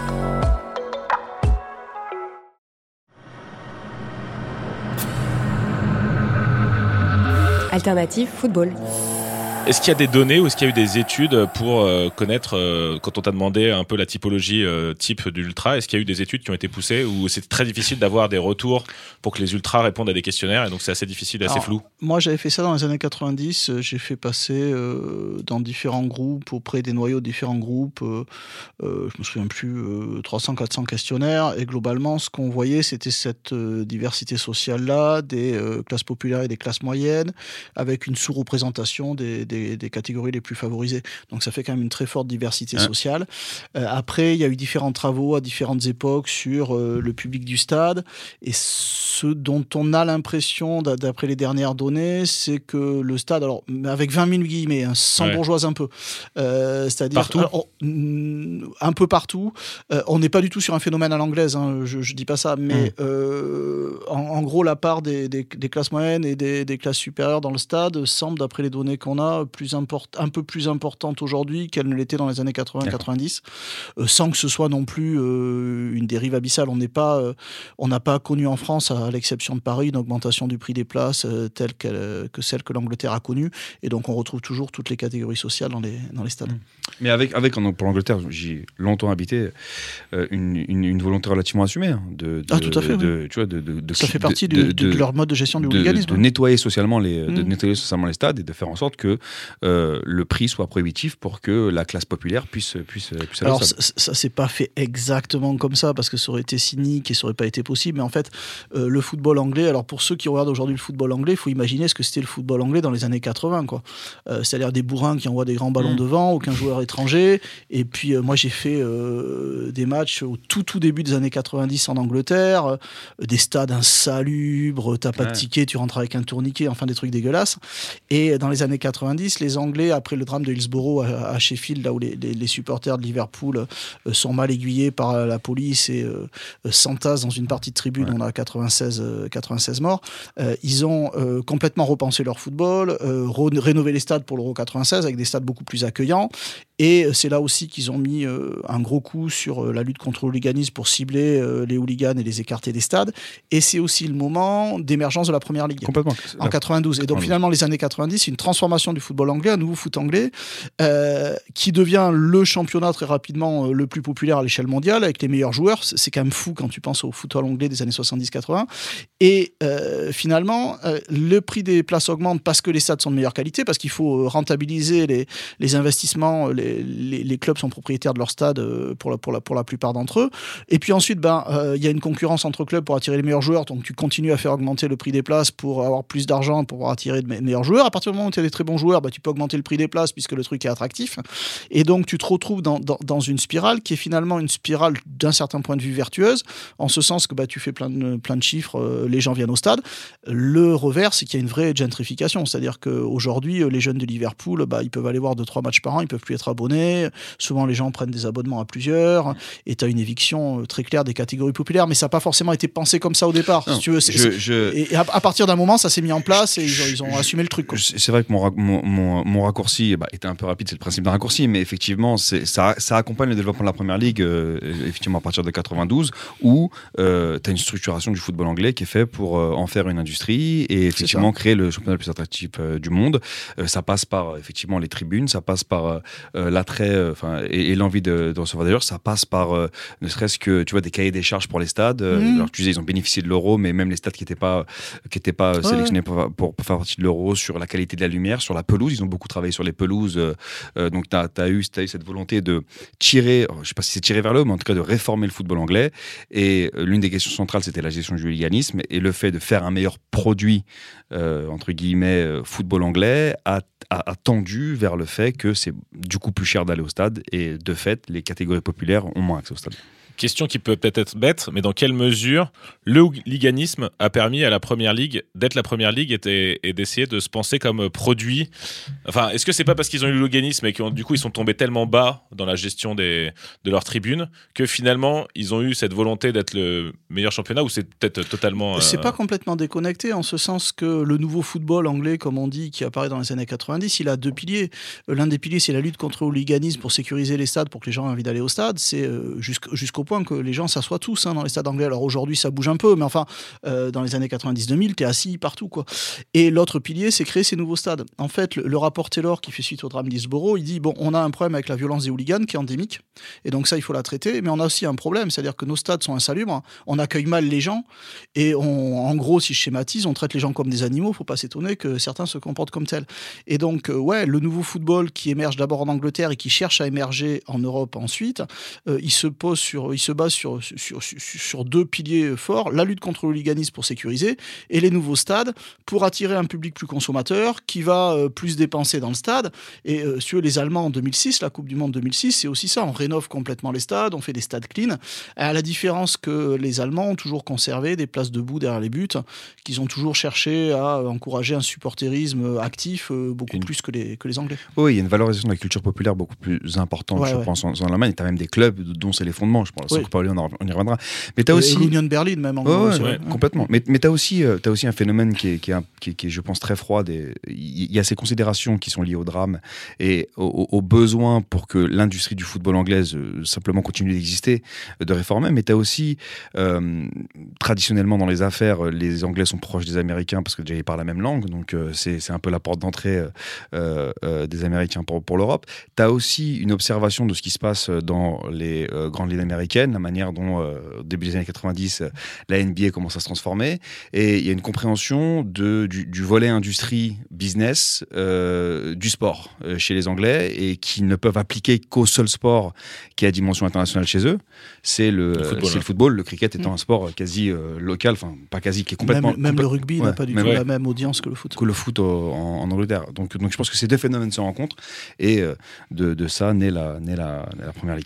Speaker 4: Alternative football.
Speaker 5: Est-ce qu'il y a des données ou est-ce qu'il y a eu des études pour euh, connaître, euh, quand on t'a demandé un peu la typologie euh, type d'ultra, est-ce qu'il y a eu des études qui ont été poussées ou c'est très difficile d'avoir des retours pour que les ultras répondent à des questionnaires et donc c'est assez difficile et assez
Speaker 9: Alors,
Speaker 5: flou?
Speaker 9: Moi j'avais fait ça dans les années quatre-vingt-dix, j'ai fait passer euh, dans différents groupes, auprès des noyaux de différents groupes, euh, euh, je me souviens plus, euh, trois cents à quatre cents questionnaires et globalement ce qu'on voyait c'était cette euh, diversité sociale-là, des euh, classes populaires et des classes moyennes, avec une sous-représentation des, des Des, des catégories les plus favorisées. Donc ça fait quand même une très forte diversité hein. sociale. Euh, après, il y a eu différents travaux à différentes époques sur euh, le public du stade. Et ce dont on a l'impression, d'après les dernières données, c'est que le stade, alors avec vingt mille guillemets, hein, sans ouais. bourgeoise un peu, euh, c'est-à-dire
Speaker 5: partout.
Speaker 9: Alors, on, un peu partout. Euh, on n'est pas du tout sur un phénomène à l'anglaise, hein, je ne dis pas ça, mais mmh. euh, en, en gros, la part des, des, des classes moyennes et des, des classes supérieures dans le stade semble, d'après les données qu'on a, plus import- un peu plus importante aujourd'hui qu'elle ne l'était dans les années quatre-vingts quatre-vingt-dix, euh, sans que ce soit non plus euh, une dérive abyssale. On n'est pas, euh, on n'a pas connu en France, à l'exception de Paris, une augmentation du prix des places euh, telle qu'elle, que celle que l'Angleterre a connue, et donc on retrouve toujours toutes les catégories sociales dans les, dans les stades.
Speaker 8: Mais avec, avec pour l'Angleterre, j'ai longtemps habité, euh, une, une, une volonté relativement assumée hein, de, de,
Speaker 9: ah, tout à fait,
Speaker 8: de,
Speaker 9: oui.
Speaker 8: tu vois, de, de, de,
Speaker 9: ça fait partie
Speaker 8: de,
Speaker 9: de,
Speaker 8: de,
Speaker 9: de,
Speaker 8: de,
Speaker 9: de leur mode de gestion du
Speaker 8: de,
Speaker 9: hooliganisme.
Speaker 8: De, de nettoyer socialement les,
Speaker 9: mmh.
Speaker 8: de nettoyer socialement les stades et de faire en sorte que euh, le prix soit prohibitif pour que la classe populaire puisse, puisse, puisse aller.
Speaker 9: Alors ça, ça s'est pas fait exactement comme ça parce que ça aurait été cynique et ça aurait pas été possible. Mais en fait, euh, le football anglais. Alors pour ceux qui regardent aujourd'hui le football anglais, il faut imaginer ce que c'était le football anglais dans les années quatre-vingts, quoi. Euh, c'est-à-dire des bourrins qui envoient des grands ballons mmh. devant, aucun joueur étranger. Et puis euh, moi j'ai fait euh, des matchs au tout tout début des années quatre-vingt-dix en Angleterre, euh, des stades insalubres, t'as pas ouais. de ticket, tu rentres avec un tourniquet, enfin des trucs dégueulasses. Et dans les années quatre-vingt-dix quatre-vingt-dix, les Anglais, après le drame de Hillsborough à, à Sheffield, là où les, les, les supporters de Liverpool euh, sont mal aiguillés par la police et euh, s'entassent dans une partie de tribune, ouais. on a quatre-vingt-seize, euh, quatre-vingt-seize morts, euh, ils ont euh, complètement repensé leur football, euh, re- rénové les stades pour l'Euro quatre-vingt-seize avec des stades beaucoup plus accueillants. Et c'est là aussi qu'ils ont mis euh, un gros coup sur euh, la lutte contre le hooliganisme pour cibler euh, les hooligans et les écarter des stades. Et c'est aussi le moment d'émergence de la Première Ligue.
Speaker 8: Complètement.
Speaker 9: En quatre-vingt-douze. Et donc finalement, les années quatre-vingt-dix, c'est une transformation du football anglais, un nouveau foot anglais, euh, qui devient le championnat très rapidement euh, le plus populaire à l'échelle mondiale, avec les meilleurs joueurs. C'est, c'est quand même fou quand tu penses au football anglais des années soixante-dix quatre-vingts. Et euh, finalement, euh, le prix des places augmente parce que les stades sont de meilleure qualité, parce qu'il faut rentabiliser les, les investissements, les Les, les clubs sont propriétaires de leur stade pour la, pour la, pour la plupart d'entre eux. Et puis ensuite, ben, euh, y a une concurrence entre clubs pour attirer les meilleurs joueurs. Donc tu continues à faire augmenter le prix des places pour avoir plus d'argent, pour pouvoir attirer de me- meilleurs joueurs. À partir du moment où tu as des très bons joueurs, ben, tu peux augmenter le prix des places puisque le truc est attractif. Et donc tu te retrouves dans, dans, dans une spirale qui est finalement une spirale d'un certain point de vue vertueuse, en ce sens que ben, tu fais plein de, plein de chiffres, euh, les gens viennent au stade. Le revers, c'est qu'il y a une vraie gentrification. C'est-à-dire qu'aujourd'hui, les jeunes de Liverpool, ben, ils peuvent aller voir deux trois matchs par an, ils peuvent plus être abonnés. Souvent, les gens prennent des abonnements à plusieurs et tu as une éviction très claire des catégories populaires, mais ça n'a pas forcément été pensé comme ça au départ.
Speaker 8: Non,
Speaker 9: si tu veux, c'est,
Speaker 8: je,
Speaker 9: c'est...
Speaker 8: je...
Speaker 9: Et à, à partir d'un moment, ça s'est mis en place et ils ont, ils ont assumé le truc. Quoi.
Speaker 8: C'est vrai que mon, mon, mon, mon raccourci bah, était un peu rapide, c'est le principe d'un raccourci, mais effectivement, c'est, ça, ça accompagne le développement de la Première Ligue, euh, effectivement à partir de quatre-vingt-douze, où euh, tu as une structuration du football anglais qui est fait pour euh, en faire une industrie et effectivement créer le championnat le plus attractif euh, du monde. Euh, ça passe par effectivement les tribunes, ça passe par euh, l'attrait euh, et, et l'envie de, de recevoir des joueurs, ça passe par euh, ne serait-ce que tu vois, des cahiers des charges pour les stades. Euh, mmh. Alors tu disais, ils ont bénéficié de l'euro, mais même les stades qui n'étaient pas, qui étaient pas ouais. sélectionnés pour, pour, pour faire partie de l'euro, sur la qualité de la lumière, sur la pelouse, ils ont beaucoup travaillé sur les pelouses. Euh, donc tu as eu, eu cette volonté de tirer, je ne sais pas si c'est tirer vers le haut, mais en tout cas de réformer le football anglais. Et euh, l'une des questions centrales, c'était la gestion du hooliganisme et le fait de faire un meilleur produit, euh, entre guillemets, euh, football anglais, a, a, a tendu vers le fait que c'est du coup plus cher d'aller au stade et de fait, les catégories populaires ont moins accès au stade.
Speaker 5: Question qui peut peut-être être bête, mais dans quelle mesure le hooliganisme a permis à la Première Ligue d'être la Première Ligue et, et d'essayer de se penser comme produit? Enfin, est-ce que c'est pas parce qu'ils ont eu le hooliganisme et que du coup ils sont tombés tellement bas dans la gestion des, de leurs tribunes que finalement ils ont eu cette volonté d'être le meilleur championnat, ou c'est peut-être totalement... Euh...
Speaker 9: C'est pas complètement déconnecté en ce sens que le nouveau football anglais, comme on dit, qui apparaît dans les années quatre-vingt-dix, il a deux piliers. L'un des piliers, c'est la lutte contre le hooliganisme pour sécuriser les stades, pour que les gens aient envie d'aller au stade. C'est euh, jusqu'au, jusqu'au point que les gens s'assoient tous hein, dans les stades anglais. Alors aujourd'hui, ça bouge un peu, mais enfin, euh, dans les années quatre-vingt-dix deux mille, t'es assis partout, quoi. Et l'autre pilier, c'est créer ces nouveaux stades. En fait, le, le rapport Taylor, qui fait suite au drame d'Hillsborough, il dit, bon, on a un problème avec la violence des hooligans qui est endémique, et donc ça, il faut la traiter, mais on a aussi un problème, c'est-à-dire que nos stades sont insalubres, on accueille mal les gens, et on, en gros, si je schématise, on traite les gens comme des animaux, faut pas s'étonner que certains se comportent comme tels. Et donc, euh, ouais, le nouveau football qui émerge d'abord en Angleterre et qui cherche à émerger en Europe ensuite, euh, il se pose sur, il se base sur, sur, sur, sur deux piliers forts, la lutte contre le hooliganisme pour sécuriser et les nouveaux stades pour attirer un public plus consommateur qui va euh, plus dépenser dans le stade. Et euh, sur les Allemands en deux mille six, la Coupe du Monde deux mille six, c'est aussi ça, on rénove complètement les stades, on fait des stades clean, à la différence que les Allemands ont toujours conservé des places debout derrière les buts, qu'ils ont toujours cherché à encourager un supporterisme actif euh, beaucoup une... plus que les, que les Anglais.
Speaker 8: Oui, il y a une valorisation de la culture populaire beaucoup plus importante, ouais, je ouais. pense, en, en Allemagne. Tu as même des clubs dont c'est les fondements, je pense, oui. on, on y reviendra. Mais tu as aussi...
Speaker 9: l'Union de Berlin même en
Speaker 8: oh,
Speaker 9: gros.
Speaker 8: Ouais, ouais, complètement. Mais, mais tu as aussi, euh, aussi un phénomène qui est, qui, est un, qui, est, qui est, je pense, très froid. Il y a ces considérations qui sont liées au drame et au, au besoin pour que l'industrie du football anglaise euh, simplement continue d'exister, de réformer. Mais tu as aussi, euh, traditionnellement dans les affaires, les Anglais sont proches des Américains parce que déjà ils parlent la même langue, donc euh, c'est, c'est un peu la porte d'entrée euh, euh, des Américains pour, pour l'Europe. Tu as aussi une observation de ce qui se passe dans les euh, grandes ligues américaines, la manière dont, euh, au début des années quatre-vingt-dix, la N B A commence à se transformer. Et il y a une compréhension de, du, du volet industrie, business, euh, du sport euh, chez les Anglais et qui ne peuvent appliquer qu'au seul sport qui a dimension internationale chez eux. C'est le, le, football, c'est hein. le football, le cricket étant mmh. un sport quasi euh, local, enfin pas quasi, qui est complètement...
Speaker 9: Même, même
Speaker 8: complè-
Speaker 9: le rugby ouais, n'a pas du tout ouais. la même audience que le foot.
Speaker 8: Que le foot au, en, en Angleterre. Donc, donc je pense que ces deux phénomènes se rencontrent et euh, de, de ça naît la, naît la, la Première Ligue.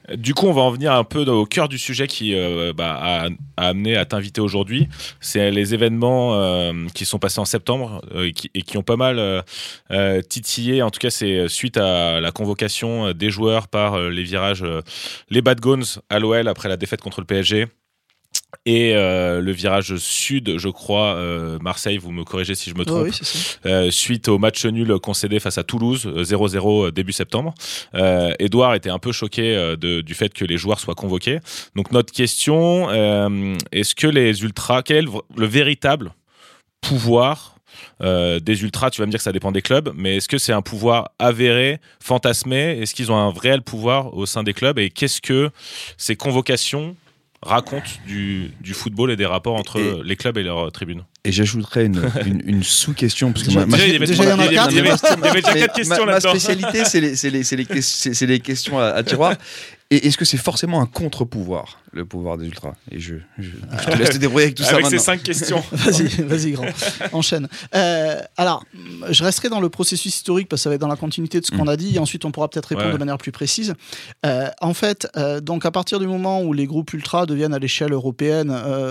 Speaker 5: Du coup, on va en venir un peu au cœur du sujet qui euh, bah, a, a amené à t'inviter aujourd'hui. C'est les événements euh, qui sont passés en septembre euh, et, qui, et qui ont pas mal euh, euh, titillé. En tout cas, c'est suite à la convocation des joueurs par euh, les virages, euh, les Bad Guns à l'O L après la défaite contre le P S G. Et euh, le virage sud, je crois, euh, Marseille, vous me corrigez si je me trompe,
Speaker 9: oh oui, c'est ça.
Speaker 5: Euh, suite au match nul concédé face à Toulouse, zéro zéro début septembre. Euh, Edouard était un peu choqué euh, de, du fait que les joueurs soient convoqués. Donc notre question, euh, est-ce que les ultras, quel est le, le véritable pouvoir euh, des ultras? Tu vas me dire que ça dépend des clubs, mais est-ce que c'est un pouvoir avéré, fantasmé? Est-ce qu'ils ont un réel pouvoir au sein des clubs? Et qu'est-ce que ces convocations racontent du, du football et des rapports entre et, les clubs et leurs tribunes?
Speaker 8: Et j'ajouterais une, une, une sous-question. Parce que
Speaker 5: déjà,
Speaker 8: ma,
Speaker 5: déjà, il y avait déjà quatre questions
Speaker 8: ma,
Speaker 5: là-dedans.
Speaker 8: Ma spécialité, c'est les, c'est les, c'est les, c'est, c'est les questions à, à tiroir. Et est-ce que c'est forcément un contre-pouvoir, le pouvoir des ultras? Et je, je, je te laisse te débrouiller avec tout
Speaker 5: avec
Speaker 8: ça
Speaker 5: maintenant.
Speaker 8: Avec
Speaker 5: ces cinq questions.
Speaker 9: Vas-y, vas-y, grand. Enchaîne. Euh, alors, je resterai dans le processus historique parce que ça va être dans la continuité de ce mmh. qu'on a dit. Et ensuite, on pourra peut-être répondre ouais. de manière plus précise. Euh, en fait, euh, donc à partir du moment où les groupes ultras deviennent à l'échelle européenne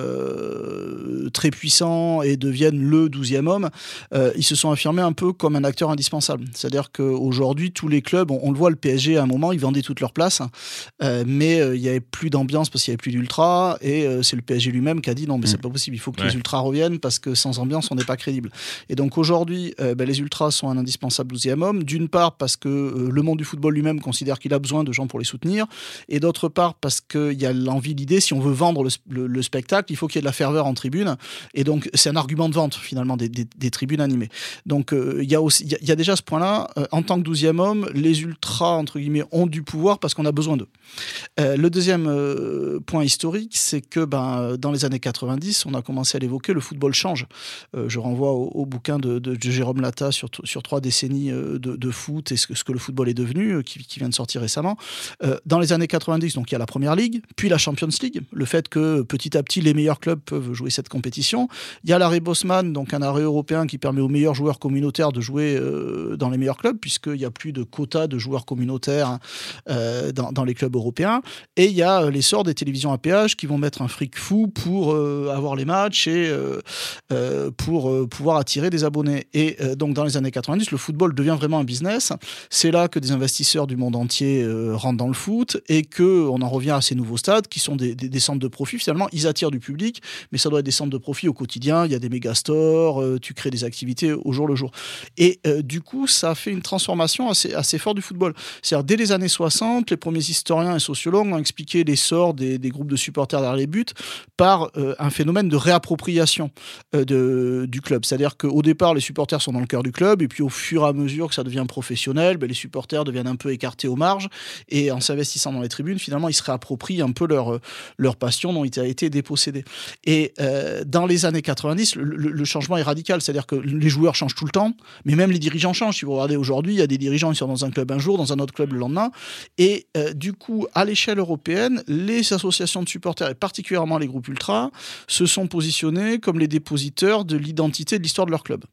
Speaker 9: euh, très puissants et deviennent le douzième homme, euh, ils se sont affirmés un peu comme un acteur indispensable. C'est-à-dire qu'aujourd'hui, tous les clubs, on, on le voit, le P S G à un moment, ils vendaient toutes leurs places. Euh, mais il euh, n'y avait plus d'ambiance parce qu'il n'y avait plus d'ultra et euh, c'est le P S G lui-même qui a dit non mais mmh. c'est pas possible, il faut que ouais. les ultras reviennent parce que sans ambiance on n'est pas crédible. Et donc aujourd'hui euh, bah, les ultras sont un indispensable douzième homme, d'une part parce que euh, le monde du football lui-même considère qu'il a besoin de gens pour les soutenir, et d'autre part parce qu'il y a l'envie, l'idée, si on veut vendre le, le, le spectacle, il faut qu'il y ait de la ferveur en tribune, et donc c'est un argument de vente finalement des, des, des tribunes animées. Donc il euh, y, y, y a déjà ce point-là, euh, en tant que douzième homme, les ultras entre guillemets ont du pouvoir parce qu'on a besoin d'eux. Euh, le deuxième euh, point historique, c'est que ben, dans les années quatre-vingt-dix, on a commencé à l'évoquer, le football change. Euh, je renvoie au, au bouquin de, de, de Jérôme Latta sur, sur trois décennies de, de foot et ce que, ce que le football est devenu, qui, qui vient de sortir récemment. Euh, dans les années quatre-vingt-dix, donc, il y a la Première Ligue, puis la Champions League, le fait que petit à petit, les meilleurs clubs peuvent jouer cette compétition. Il y a l'arrêt Bosman, donc un arrêt européen qui permet aux meilleurs joueurs communautaires de jouer euh, dans les meilleurs clubs, puisqu'il n'y a plus de quotas de joueurs communautaires euh, dans, dans les clubs européens. Et il y a l'essor des télévisions à péage qui vont mettre un fric fou pour euh, avoir les matchs et euh, euh, pour euh, pouvoir attirer des abonnés. Et euh, donc dans les années quatre-vingt-dix, le football devient vraiment un business. C'est là que des investisseurs du monde entier euh, rentrent dans le foot et qu'on en revient à ces nouveaux stades qui sont des, des, des centres de profit. Finalement, ils attirent du public, mais ça doit être des centres de profit au quotidien. Il y a des méga-stores, euh, tu crées des activités au jour le jour. Et euh, du coup, ça a fait une transformation assez, assez forte du football. C'est-à-dire, dès les années soixante, les premiers historiens et sociologues ont expliqué l'essor des, des groupes de supporters derrière les buts par euh, un phénomène de réappropriation euh, de, du club. C'est-à-dire qu'au départ, les supporters sont dans le cœur du club, et puis au fur et à mesure que ça devient professionnel, ben, les supporters deviennent un peu écartés aux marges, et en s'investissant dans les tribunes, finalement, ils se réapproprient un peu leur, leur passion dont ils ont été dépossédés. Et euh, dans les années quatre-vingt-dix, le, le, le changement est radical, c'est-à-dire que les joueurs changent tout le temps, mais même les dirigeants changent. Si vous regardez aujourd'hui, il y a des dirigeants qui sont dans un club un jour, dans un autre club le lendemain, et euh, du coup, à l'échelle européenne, les associations de supporters, et particulièrement les groupes ultras, se sont positionnés comme les dépositeurs de l'identité de l'histoire de leur club.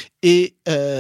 Speaker 9: Et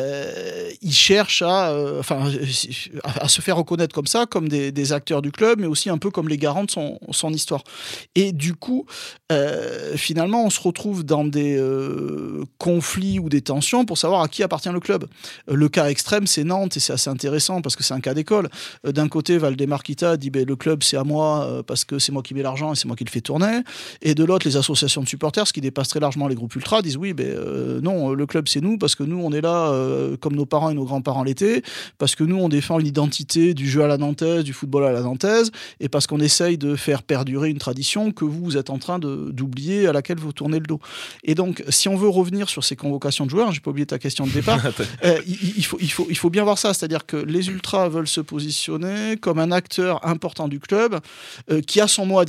Speaker 9: euh, ils cherchent à, euh, enfin, à, à se faire reconnaître comme ça, comme des, des acteurs du club, mais aussi un peu comme les garants de son, son histoire. Et du coup, euh, finalement, on se retrouve dans des euh, conflits ou des tensions pour savoir à qui appartient le club. Euh, le cas extrême, c'est Nantes, et c'est assez intéressant parce que c'est un cas d'école. Euh, d'un côté, Valdemar Kita dit ben, le club, c'est à moi euh, parce que c'est moi qui mets l'argent et c'est moi qui le fais tourner. Et de l'autre, les associations de supporters, ce qui dépasse très largement les groupes ultras, disent oui, ben, euh, non, le club, c'est nous parce que nous, on est là euh, comme nos parents et nos grands-parents l'étaient, parce que nous, on défend une identité du jeu à la nantaise, du football à la nantaise, et parce qu'on essaye de faire perdurer une tradition que vous, vous êtes en train de, d'oublier, à laquelle vous tournez le dos. Et donc, si on veut revenir sur ces convocations de joueurs, j'ai pas oublié ta question de départ, euh, il, il, faut, il, faut, il faut bien voir ça, c'est-à-dire que les ultras veulent se positionner comme un acteur important du club euh, qui a son mot à dire.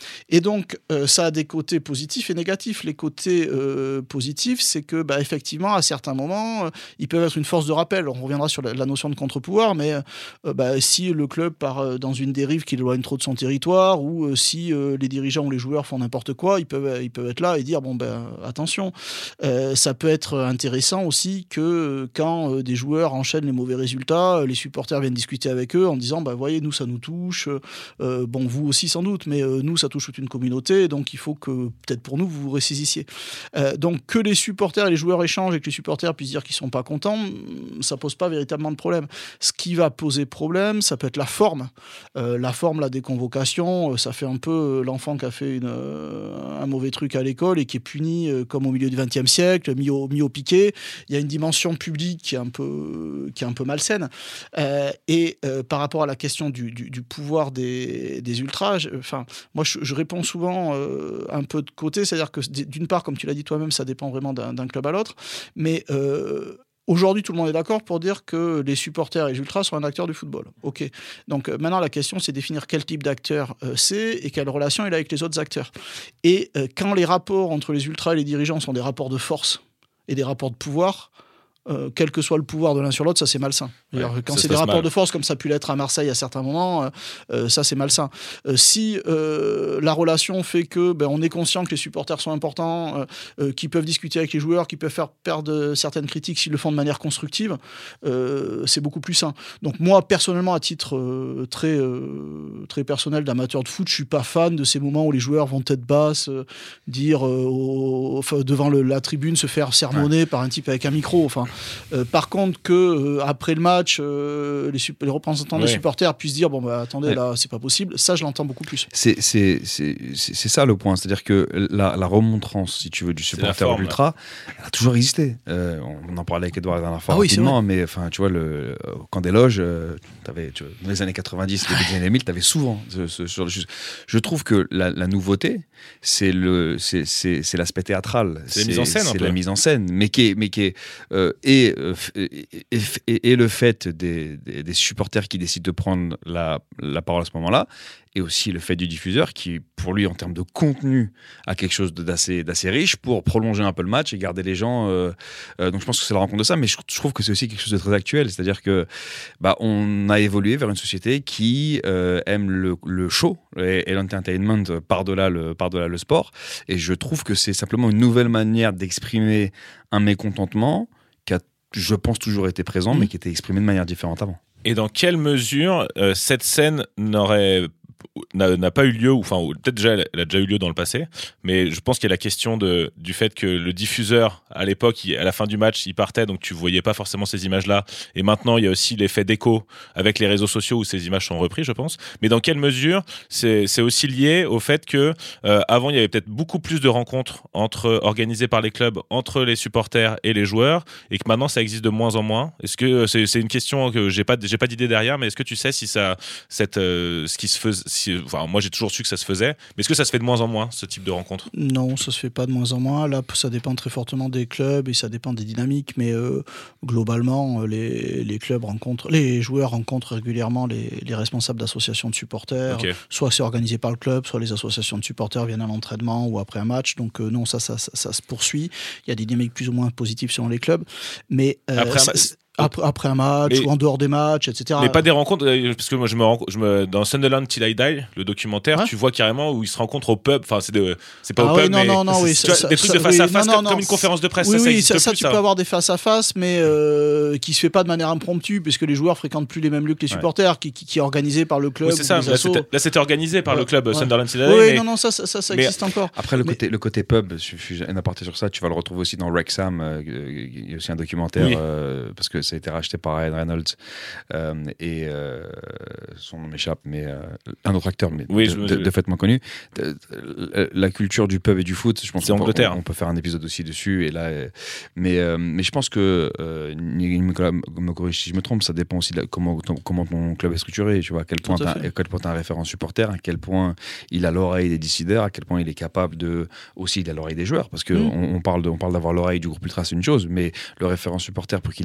Speaker 9: Et donc, euh, ça a des côtés positifs et négatifs. Les côtés euh, positifs, c'est que, bah, effectivement, à certains moments, euh, ils peuvent être une force de rappel. On reviendra sur la, la notion de contre-pouvoir, mais euh, bah, si le club part euh, dans une dérive qui l'éloigne trop de son territoire, ou euh, si euh, les dirigeants ou les joueurs font n'importe quoi, ils peuvent, ils peuvent être là et dire, bon, ben, attention. Euh, ça peut être intéressant aussi que euh, quand euh, des joueurs enchaînent les mauvais résultats, euh, les supporters viennent discuter avec eux en disant, bah, voyez, nous, ça nous touche. Euh, bon, vous aussi, sans doute, mais euh, nous, ça touche toute une communauté, donc il faut que, peut-être pour nous, vous vous ressaisissiez. Euh, donc, que les supporters et les joueurs échangent et que les supporters puissent dire qu'ils ne sont pas contents, ça ne pose pas véritablement de problème. Ce qui va poser problème, ça peut être la forme. Euh, la forme, là, des convocations, ça fait un peu l'enfant qui a fait une, euh, un mauvais truc à l'école et qui est puni euh, comme au milieu du vingtième siècle, mis au, mis au piquet. Il y a une dimension publique qui est un peu, qui est un peu malsaine. Euh, et euh, par rapport à la question du, du, du pouvoir des, des ultras, enfin, moi, je, je réponds souvent euh, un peu de côté, c'est-à-dire que d'une part, comme tu l'as dit toi-même, ça dépend vraiment d'un, d'un club à l'autre, mais euh, aujourd'hui, tout le monde est d'accord pour dire que les supporters et les ultras sont un acteur du football. Ok. Donc euh, maintenant, la question, c'est définir quel type d'acteur euh, c'est et quelle relation il a avec les autres acteurs. Et euh, quand les rapports entre les ultras et les dirigeants sont des rapports de force et des rapports de pouvoir, Euh, quel que soit le pouvoir de l'un sur l'autre, ça c'est malsain. Ouais, quand c'est des rapports mal. de force, comme ça a pu l'être à Marseille à certains moments, euh, euh, ça c'est malsain. Euh, si euh, la relation fait que ben, on est conscient que les supporters sont importants, euh, euh, qu'ils peuvent discuter avec les joueurs, qu'ils peuvent faire perdre certaines critiques s'ils le font de manière constructive, euh, c'est beaucoup plus sain. Donc moi, personnellement, à titre euh, très, euh, très personnel d'amateur de foot, je suis pas fan de ces moments où les joueurs vont tête basse, euh, dire euh, au, au, devant le, la tribune, se faire sermonner ouais. par un type avec un micro. Enfin, Euh, par contre, que euh, après le match, euh, les, les représentants ouais. des supporters puissent dire bon bah attendez ouais. là c'est pas possible. Ça, je l'entends beaucoup plus.
Speaker 8: C'est c'est c'est c'est ça le point, c'est-à-dire que la, la remontrance, si tu veux, du supporter à l'ultra, elle a toujours existé. Euh, on en parlait avec Edouard la dernière fois ah, rapidement, oui, mais enfin tu vois le au camp des loges, euh, t'avais tu vois, dans les années quatre-vingt-dix, début des années mille, t'avais souvent ce, ce, ce, je, je trouve que la, la nouveauté, c'est le c'est c'est c'est l'aspect théâtral,
Speaker 5: c'est, c'est la mise en scène,
Speaker 8: c'est la mise en scène, mais qui est mais qui est euh, Et, et, et, et le fait des, des, des supporters qui décident de prendre la, la parole à ce moment-là, et aussi le fait du diffuseur qui, pour lui, en termes de contenu, a quelque chose d'assez, d'assez riche pour prolonger un peu le match et garder les gens. Euh, euh, donc je pense que c'est la rencontre de ça, mais je, je trouve que c'est aussi quelque chose de très actuel, c'est-à-dire que bah, on a évolué vers une société qui euh, aime le, le show et, et l'entertainment par-delà le, par-delà le sport, et je trouve que c'est simplement une nouvelle manière d'exprimer un mécontentement qui a, je pense, toujours été présent, mmh. mais qui était exprimé de manière différente avant.
Speaker 5: Et dans quelle mesure euh, cette scène n'aurait N'a, n'a pas eu lieu, ou enfin peut-être déjà elle a déjà eu lieu dans le passé, mais je pense qu'il y a la question de, du fait que le diffuseur à l'époque, il, à la fin du match, il partait, donc tu voyais pas forcément ces images-là, et maintenant il y a aussi l'effet d'écho avec les réseaux sociaux où ces images sont reprises, je pense. Mais dans quelle mesure c'est, c'est aussi lié au fait que euh, avant il y avait peut-être beaucoup plus de rencontres entre organisées par les clubs entre les supporters et les joueurs, et que maintenant ça existe de moins en moins. Est-ce que c'est, c'est une question que j'ai pas j'ai pas d'idée derrière, mais est-ce que tu sais si ça cette euh, ce qui se faisait Si, enfin, moi j'ai toujours su que ça se faisait, mais est-ce que ça se fait de moins en moins, ce type de rencontre ?
Speaker 9: Non, ça se fait pas de moins en moins. Là, ça dépend très fortement des clubs et ça dépend des dynamiques, mais euh, globalement, les, les clubs rencontrent, les joueurs rencontrent régulièrement les, les responsables d'associations de supporters. Okay. Soit c'est organisé par le club, soit les associations de supporters viennent à l'entraînement ou après un match. Donc euh, non, ça, ça, ça, ça se poursuit. Il y a des dynamiques plus ou moins positives selon les clubs, mais euh,
Speaker 5: après un
Speaker 9: match. Après, après un match mais, ou en dehors des matchs, et cetera.
Speaker 5: Mais pas des rencontres, parce que moi je me, rends, je me dans Sunderland Till I Die, le documentaire, ouais. tu vois carrément où ils se rencontrent au pub. Enfin, c'est, de, c'est pas ah au
Speaker 9: oui,
Speaker 5: pub,
Speaker 9: non,
Speaker 5: mais
Speaker 9: non, non,
Speaker 5: c'est,
Speaker 9: oui,
Speaker 5: c'est,
Speaker 9: ça,
Speaker 5: des trucs
Speaker 9: ça,
Speaker 5: de face
Speaker 9: oui,
Speaker 5: à face,
Speaker 9: non,
Speaker 5: comme,
Speaker 9: non,
Speaker 5: comme une conférence de presse.
Speaker 9: Oui,
Speaker 5: ça,
Speaker 9: oui,
Speaker 5: ça,
Speaker 9: ça, ça
Speaker 5: plus,
Speaker 9: tu
Speaker 5: ça.
Speaker 9: peux avoir des face à face, mais euh, qui se fait pas de manière impromptue, puisque les joueurs fréquentent plus les mêmes lieux que les supporters, ouais. qui, qui, qui est organisé par le club.
Speaker 5: Oui, c'est ça. Là c'était, là, c'était organisé par ouais. le club ouais. Sunderland Till I Die.
Speaker 9: Oui,
Speaker 5: mais...
Speaker 9: non, non, ça, ça, ça, ça existe encore.
Speaker 8: Après, le côté, le côté pub, je suis un aparté sur ça. Tu vas le retrouver aussi dans Wrexham. Il y a aussi un documentaire parce que ça a été racheté par Ryan Reynolds. Euh, et euh, son nom m'échappe, mais euh, un autre acteur, mais
Speaker 5: oui,
Speaker 8: de,
Speaker 5: je,
Speaker 8: de, de fait moins connu. De, de, la culture du pub et du foot, je pense
Speaker 5: c'est
Speaker 8: qu'on
Speaker 5: Angleterre.
Speaker 8: Peut, on, on peut faire un épisode aussi dessus. Et là, euh, mais euh, mais je pense que euh, Nicolas me corrige si je me trompe, ça dépend aussi de la, comment ton, comment ton club est structuré. Tu vois à quel point t'as, à quel point t'as un référent supporter, à quel point il a l'oreille des décideurs, à quel point il est capable de aussi il a l'oreille des joueurs, parce que mmh. on, on parle de, on parle d'avoir l'oreille du groupe ultra, c'est une chose, mais le référent supporter pour qu'il ait un point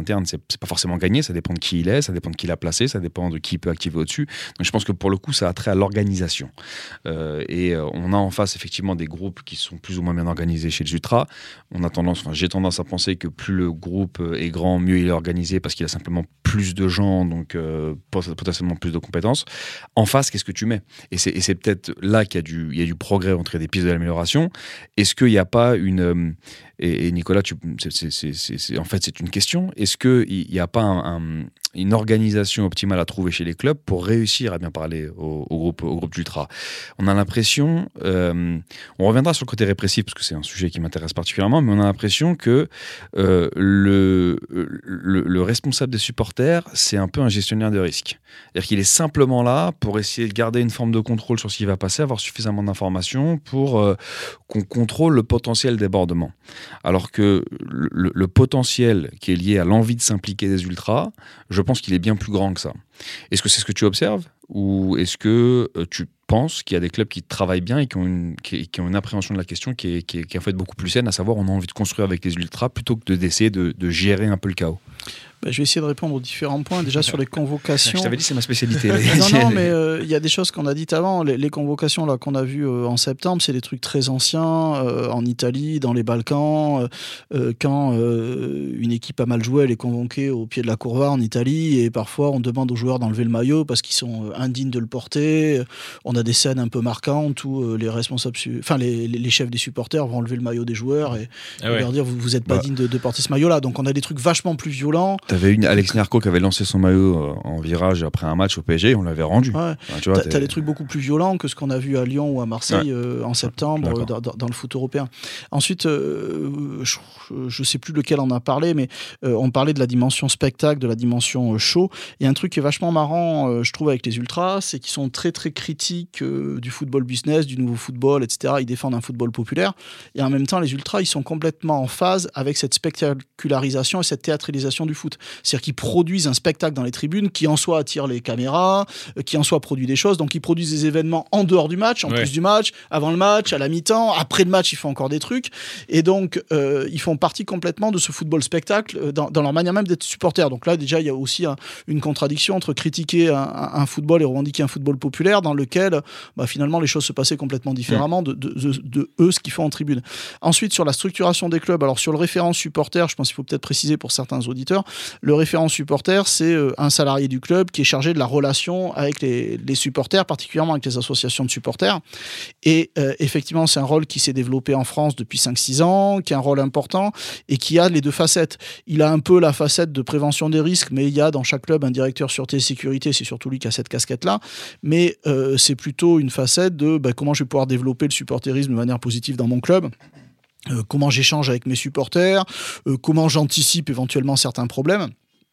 Speaker 8: interne, c'est, c'est pas forcément gagné, ça dépend de qui il est, ça dépend de qui l'a placé, ça dépend de qui peut activer au-dessus. Donc je pense que pour le coup, ça a trait à l'organisation. Euh, et euh, on a en face effectivement des groupes qui sont plus ou moins bien organisés chez les Ultras. On a tendance, enfin j'ai tendance à penser que plus le groupe est grand, mieux il est organisé parce qu'il a simplement plus de gens, donc euh, potentiellement plus de compétences. En face, qu'est-ce que tu mets ? Et c'est, et c'est peut-être là qu'il y a du, il y a du progrès, entre des pistes de l'amélioration. Est-ce qu'il n'y a pas une... Et, et Nicolas, tu, c'est, c'est, c'est, c'est, c'est, en fait, c'est une question. Est-ce qu'il n'y a pas un, un, une organisation optimale à trouver chez les clubs pour réussir à bien parler au, au groupe, au groupe d'Ultra ? On a l'impression... Euh, on reviendra sur le côté répressif, parce que c'est un sujet qui m'intéresse particulièrement, mais on a l'impression que euh, le, le, le responsable des supporters, c'est un peu un gestionnaire de risque. C'est-à-dire qu'il est simplement là pour essayer de garder une forme de contrôle sur ce qui va passer, avoir suffisamment d'informations pour euh, qu'on contrôle le potentiel débordement. Alors que le, le potentiel qui est lié à l'envie de s'impliquer des ultras, je pense qu'il est bien plus grand que ça. Est-ce que c'est ce que tu observes ? Ou est-ce que euh, tu penses qu'il y a des clubs qui travaillent bien et qui ont une, qui, qui ont une appréhension de la question qui est, qui, est, qui est en fait beaucoup plus saine, à savoir on a envie de construire avec les ultras plutôt que de, d'essayer de, de gérer un peu le chaos ?
Speaker 9: Ben, je vais essayer de répondre aux différents points. Déjà sur les convocations.
Speaker 8: Je t'avais dit, c'est ma spécialité.
Speaker 9: non, non, mais il euh, y a des choses qu'on a dites avant. Les, les convocations là, qu'on a vues euh, en septembre, c'est des trucs très anciens. Euh, en Italie, dans les Balkans, euh, quand euh, une équipe a mal joué, elle est convoquée au pied de la Courva en Italie. Et parfois, on demande aux joueurs d'enlever le maillot parce qu'ils sont euh, indignes de le porter. On a des scènes un peu marquantes où euh, les responsables, su- enfin les, les chefs des supporters vont enlever le maillot des joueurs et, ah ouais. et leur dire vous, vous êtes pas bah. digne de, de porter ce maillot-là. Donc on a des trucs vachement plus violents.
Speaker 8: T'avais une Alex Nerco qui avait lancé son maillot en virage après un match au P S G, on l'avait rendu. Ouais.
Speaker 9: Enfin, tu vois, t'as, t'as des trucs beaucoup plus violents que ce qu'on a vu à Lyon ou à Marseille ouais. euh, en septembre dans, dans, dans le foot européen. Ensuite, euh, je ne sais plus lequel en a parlé, mais euh, on parlait de la dimension spectacle, de la dimension euh, show. Il y a un truc qui est vachement marrant, euh, je trouve, avec les ultras, c'est qu'ils sont très très critiques euh, du football business, du nouveau football, et cetera. Ils défendent un football populaire. Et en même temps, les ultras, ils sont complètement en phase avec cette spectacularisation et cette théâtralisation du foot. C'est-à-dire qu'ils produisent un spectacle dans les tribunes qui en soi attire les caméras, euh, qui en soi produit des choses. Donc ils produisent des événements en dehors du match, en ouais. plus du match, avant le match, à la mi-temps, après le match, ils font encore des trucs. Et donc euh, ils font partie complètement de ce football spectacle dans, dans leur manière même d'être supporters. Donc là déjà il y a aussi un, une contradiction entre critiquer un, un football et revendiquer un football populaire dans lequel bah, finalement les choses se passaient complètement différemment de, de, de, de eux ce qu'ils font en tribune. Ensuite sur la structuration des clubs, alors sur le référent supporter, je pense qu'il faut peut-être préciser pour certains auditeurs, le référent supporter c'est un salarié du club qui est chargé de la relation avec les, les supporters, particulièrement avec les associations de supporters. Et euh, effectivement, c'est un rôle qui s'est développé en France depuis cinq six ans, qui est un rôle important et qui a les deux facettes. Il a un peu la facette de prévention des risques, mais il y a dans chaque club un directeur sûreté et sécurité, c'est surtout lui qui a cette casquette-là. Mais euh, c'est plutôt une facette de bah, comment je vais pouvoir développer le supporterisme de manière positive dans mon club. Euh, comment j'échange avec mes supporters, euh, comment j'anticipe éventuellement certains problèmes.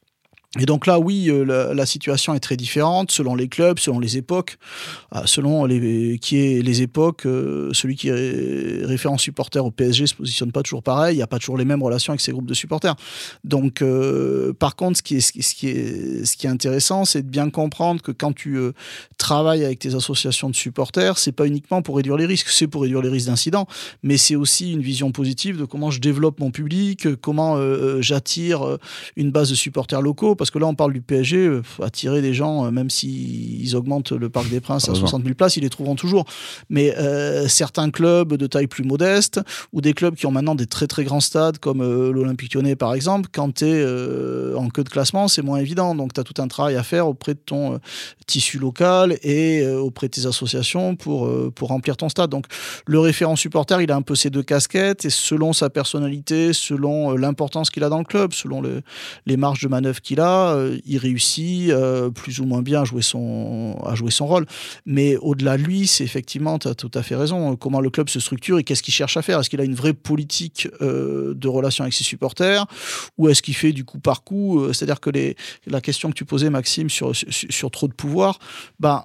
Speaker 9: Et donc là, oui, euh, la, la situation est très différente selon les clubs, selon les époques. Ah, selon les, qui est les époques, euh, celui qui est référent supporter au P S G se positionne pas toujours pareil. Il n'y a pas toujours les mêmes relations avec ses groupes de supporters. Donc, euh, par contre, ce qui est, ce qui est, ce qui est intéressant, c'est de bien comprendre que quand tu euh, travailles avec tes associations de supporters, c'est pas uniquement pour réduire les risques, c'est pour réduire les risques d'incidents, mais c'est aussi une vision positive de comment je développe mon public, comment euh, j'attire une base de supporters locaux. Parce que là, on parle du P S G, euh, attirer des gens, euh, même s'ils augmentent le Parc des Princes à soixante mille places, ils les trouveront toujours. Mais euh, certains clubs de taille plus modeste, ou des clubs qui ont maintenant des très très grands stades, comme euh, l'Olympique Lyonnais par exemple, quand tu es euh, en queue de classement, c'est moins évident. Donc tu as tout un travail à faire auprès de ton euh, tissu local et euh, auprès de tes associations pour, euh, pour remplir ton stade. Donc le référent supporter, il a un peu ces deux casquettes, et selon sa personnalité, selon euh, l'importance qu'il a dans le club, selon le, les marges de manœuvre qu'il a, Euh, il réussit euh, plus ou moins bien à jouer son, à jouer son rôle. Mais au-delà de lui, c'est effectivement, tu as tout à fait raison, comment le club se structure et qu'est-ce qu'il cherche à faire. Est-ce qu'il a une vraie politique euh, de relation avec ses supporters, ou est-ce qu'il fait du coup par coup euh, C'est-à-dire que les, la question que tu posais, Maxime, sur, sur, sur trop de pouvoir, ben,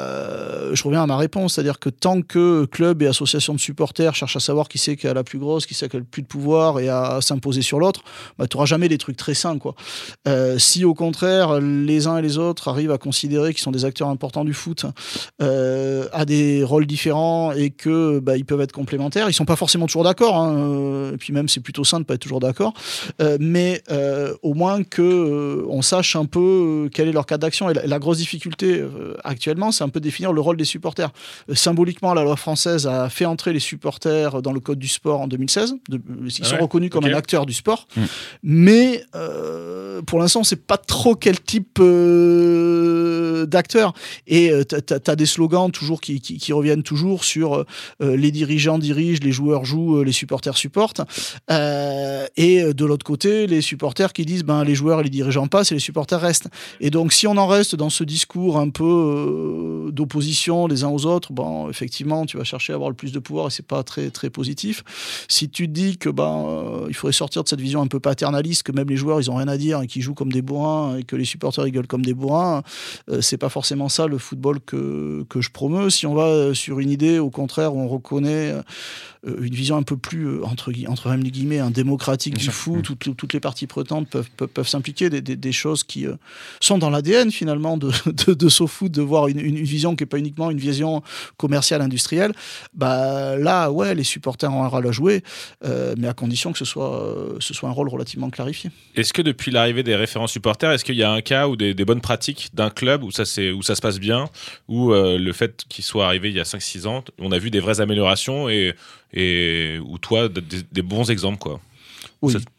Speaker 9: euh, je reviens à ma réponse. C'est-à-dire que tant que club et association de supporters cherchent à savoir qui c'est qui a la plus grosse, qui c'est qui a le plus de pouvoir et à s'imposer sur l'autre, ben, tu n'auras jamais des trucs très sains, quoi. Euh, si au contraire les uns et les autres arrivent à considérer qu'ils sont des acteurs importants du foot, euh, à des rôles différents et que bah, ils peuvent être complémentaires, ils sont pas forcément toujours d'accord, hein, et puis même c'est plutôt sain de pas être toujours d'accord, euh, mais euh, au moins que euh, on sache un peu euh, quel est leur cadre d'action. Et la, la grosse difficulté euh, actuellement, c'est un peu définir le rôle des supporters. Euh, symboliquement, la loi française a fait entrer les supporters dans le code du sport en deux mille seize. De, ils sont ouais, reconnus comme okay. un acteur du sport, mmh. mais euh, pour l'instant, on sait pas trop quel type euh, d'acteur. Et euh, t'as, t'as des slogans toujours qui, qui, qui reviennent toujours sur euh, les dirigeants dirigent, les joueurs jouent, les supporters supportent. Euh, et de l'autre côté, les supporters qui disent ben les joueurs et les dirigeants passent et les supporters restent. Et donc, si on en reste dans ce discours un peu euh, d'opposition les uns aux autres, bon, effectivement, tu vas chercher à avoir le plus de pouvoir et c'est pas très très positif. Si tu te dis que ben euh, il faudrait sortir de cette vision un peu paternaliste, que même les joueurs ils ont rien à dire et qu'ils jouent comme des bourrins et que les supporters ils gueulent comme des bourrins, euh, c'est pas forcément ça le football que que je promeus. Si on va sur une idée au contraire où on reconnaît euh, une vision un peu plus euh, entre entre même les guillemets un démocratique Bien du sûr. foot, mmh. toutes, toutes les parties prenantes peuvent peuvent, peuvent s'impliquer, des, des, des choses qui euh, sont dans l'A D N finalement de de, de SoFoot, de voir une, une vision qui est pas uniquement une vision commerciale industrielle. Bah là ouais, les supporters ont un rôle à jouer, euh, mais à condition que ce soit euh, ce soit un rôle relativement clarifié.
Speaker 5: Est-ce que depuis l'arrivée des référents supporters, est-ce qu'il y a un cas ou des, des bonnes pratiques d'un club où ça c'est où ça se passe bien, où euh, le fait qu'il soit arrivé il y a cinq six ans, on a vu des vraies améliorations et et ou toi des, des bons exemples quoi.
Speaker 9: Oui.
Speaker 5: Ça,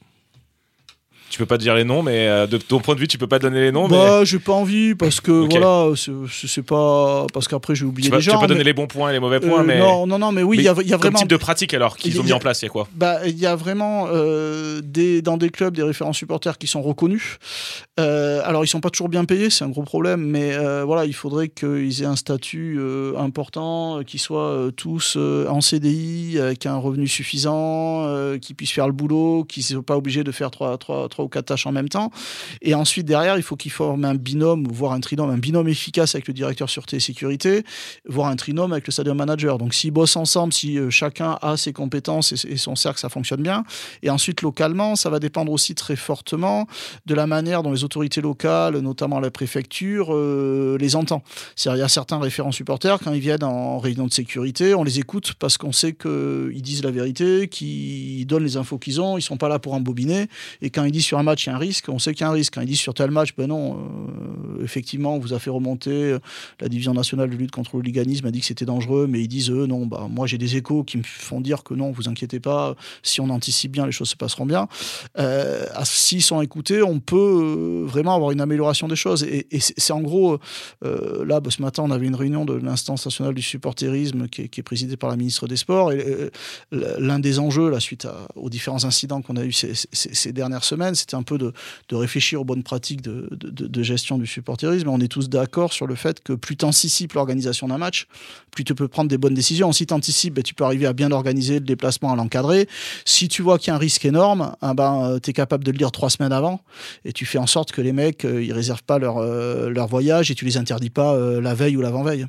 Speaker 5: tu peux pas dire les noms, mais euh, de ton point de vue, tu peux pas donner les noms.
Speaker 9: Bah,
Speaker 5: mais...
Speaker 9: j'ai pas envie parce que okay. voilà, c'est, c'est pas parce qu'après j'ai oublié les gens.
Speaker 5: Tu peux pas
Speaker 9: mais...
Speaker 5: donner les bons points et les mauvais points, euh, mais
Speaker 9: non, non, non, mais oui, il y a, y a vraiment.
Speaker 5: Quel type de pratique alors qu'ils ont mis
Speaker 9: a...
Speaker 5: en place, il y a quoi?
Speaker 9: Bah, il y a vraiment euh, des dans des clubs des référents supporters qui sont reconnus. Euh, alors ils sont pas toujours bien payés, c'est un gros problème, mais euh, voilà, il faudrait qu'ils aient un statut euh, important, qu'ils soient euh, tous euh, en C D I avec un revenu suffisant, euh, qu'ils puissent faire le boulot, qu'ils soient pas obligés de faire trois, trois, trois ou quatre tâches en même temps. Et ensuite, derrière, il faut qu'ils forment un binôme, voire un trinôme, un binôme efficace avec le directeur sûreté et sécurité, voire un trinôme avec le stadium manager. Donc, s'ils bossent ensemble, si euh, chacun a ses compétences et, et son cercle, ça fonctionne bien. Et ensuite, localement, ça va dépendre aussi très fortement de la manière dont les autorités locales, notamment la préfecture, euh, les entend. C'est-à-dire, il y a certains référents supporters, quand ils viennent en réunion de sécurité, on les écoute parce qu'on sait qu'ils disent la vérité, qu'ils donnent les infos qu'ils ont, ils sont pas là pour embobiner. Et quand ils disent sur un match, il y a un risque, on sait qu'il y a un risque. Quand ils disent sur tel match, ben non, euh, effectivement, on vous a fait remonter, euh, la division nationale de lutte contre le hooliganisme a dit que c'était dangereux, mais ils disent, eux, non, bah, moi j'ai des échos qui me font dire que non, vous inquiétez pas, si on anticipe bien, les choses se passeront bien. Euh, S'ils sont écoutés, on peut euh, vraiment avoir une amélioration des choses. Et, et c'est, c'est en gros, euh, là, bah, ce matin, on avait une réunion de l'instance nationale du supporterisme qui est, qui est présidée par la ministre des Sports. Et euh, l'un des enjeux, là, suite à, aux différents incidents qu'on a eus ces, ces, ces dernières semaines, c'était un peu de de réfléchir aux bonnes pratiques de, de, de gestion du supporterisme. On est tous d'accord sur le fait que plus tu anticipes l'organisation d'un match, plus tu peux prendre des bonnes décisions. Si tu anticipes, ben, tu peux arriver à bien organiser le déplacement, à l'encadrer. Si tu vois qu'il y a un risque énorme, ah ben, tu es capable de le dire trois semaines avant et tu fais en sorte que les mecs, euh, ils réservent pas leur, euh, leur voyage et tu les interdis pas euh, la veille ou l'avant-veille.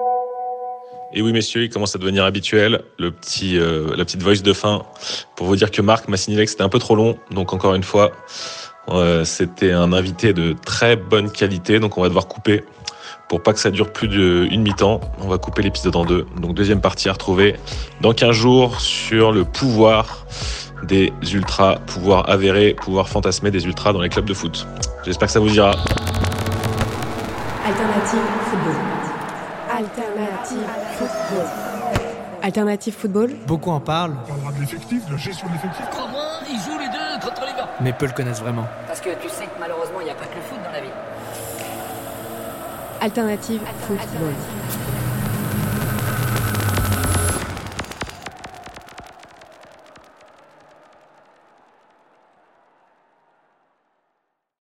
Speaker 2: Et oui, messieurs, il commence à devenir habituel, le petit, euh, la petite voice de fin pour vous dire que Marc m'a signalé que c'était un peu trop long. Donc encore une fois, Euh, c'était un invité de très bonne qualité, donc on va devoir couper pour pas que ça dure plus d'une mi-temps. On va couper l'épisode en deux. Donc deuxième partie à retrouver dans quinze jours sur le pouvoir des ultras, pouvoir avéré, pouvoir fantasmé des ultras dans les clubs de foot. J'espère que ça vous ira.
Speaker 4: Alternative football. Alternative football. Alternative football.
Speaker 6: Beaucoup en parlent. On parlera de l'effectif, de la gestion de l'effectif.
Speaker 7: Comment ils jouent les deux contre les gars?
Speaker 6: Mais peu le connaissent vraiment.
Speaker 7: Parce que tu sais que malheureusement, il n'y a pas que le foot dans la vie.
Speaker 4: Alternative football.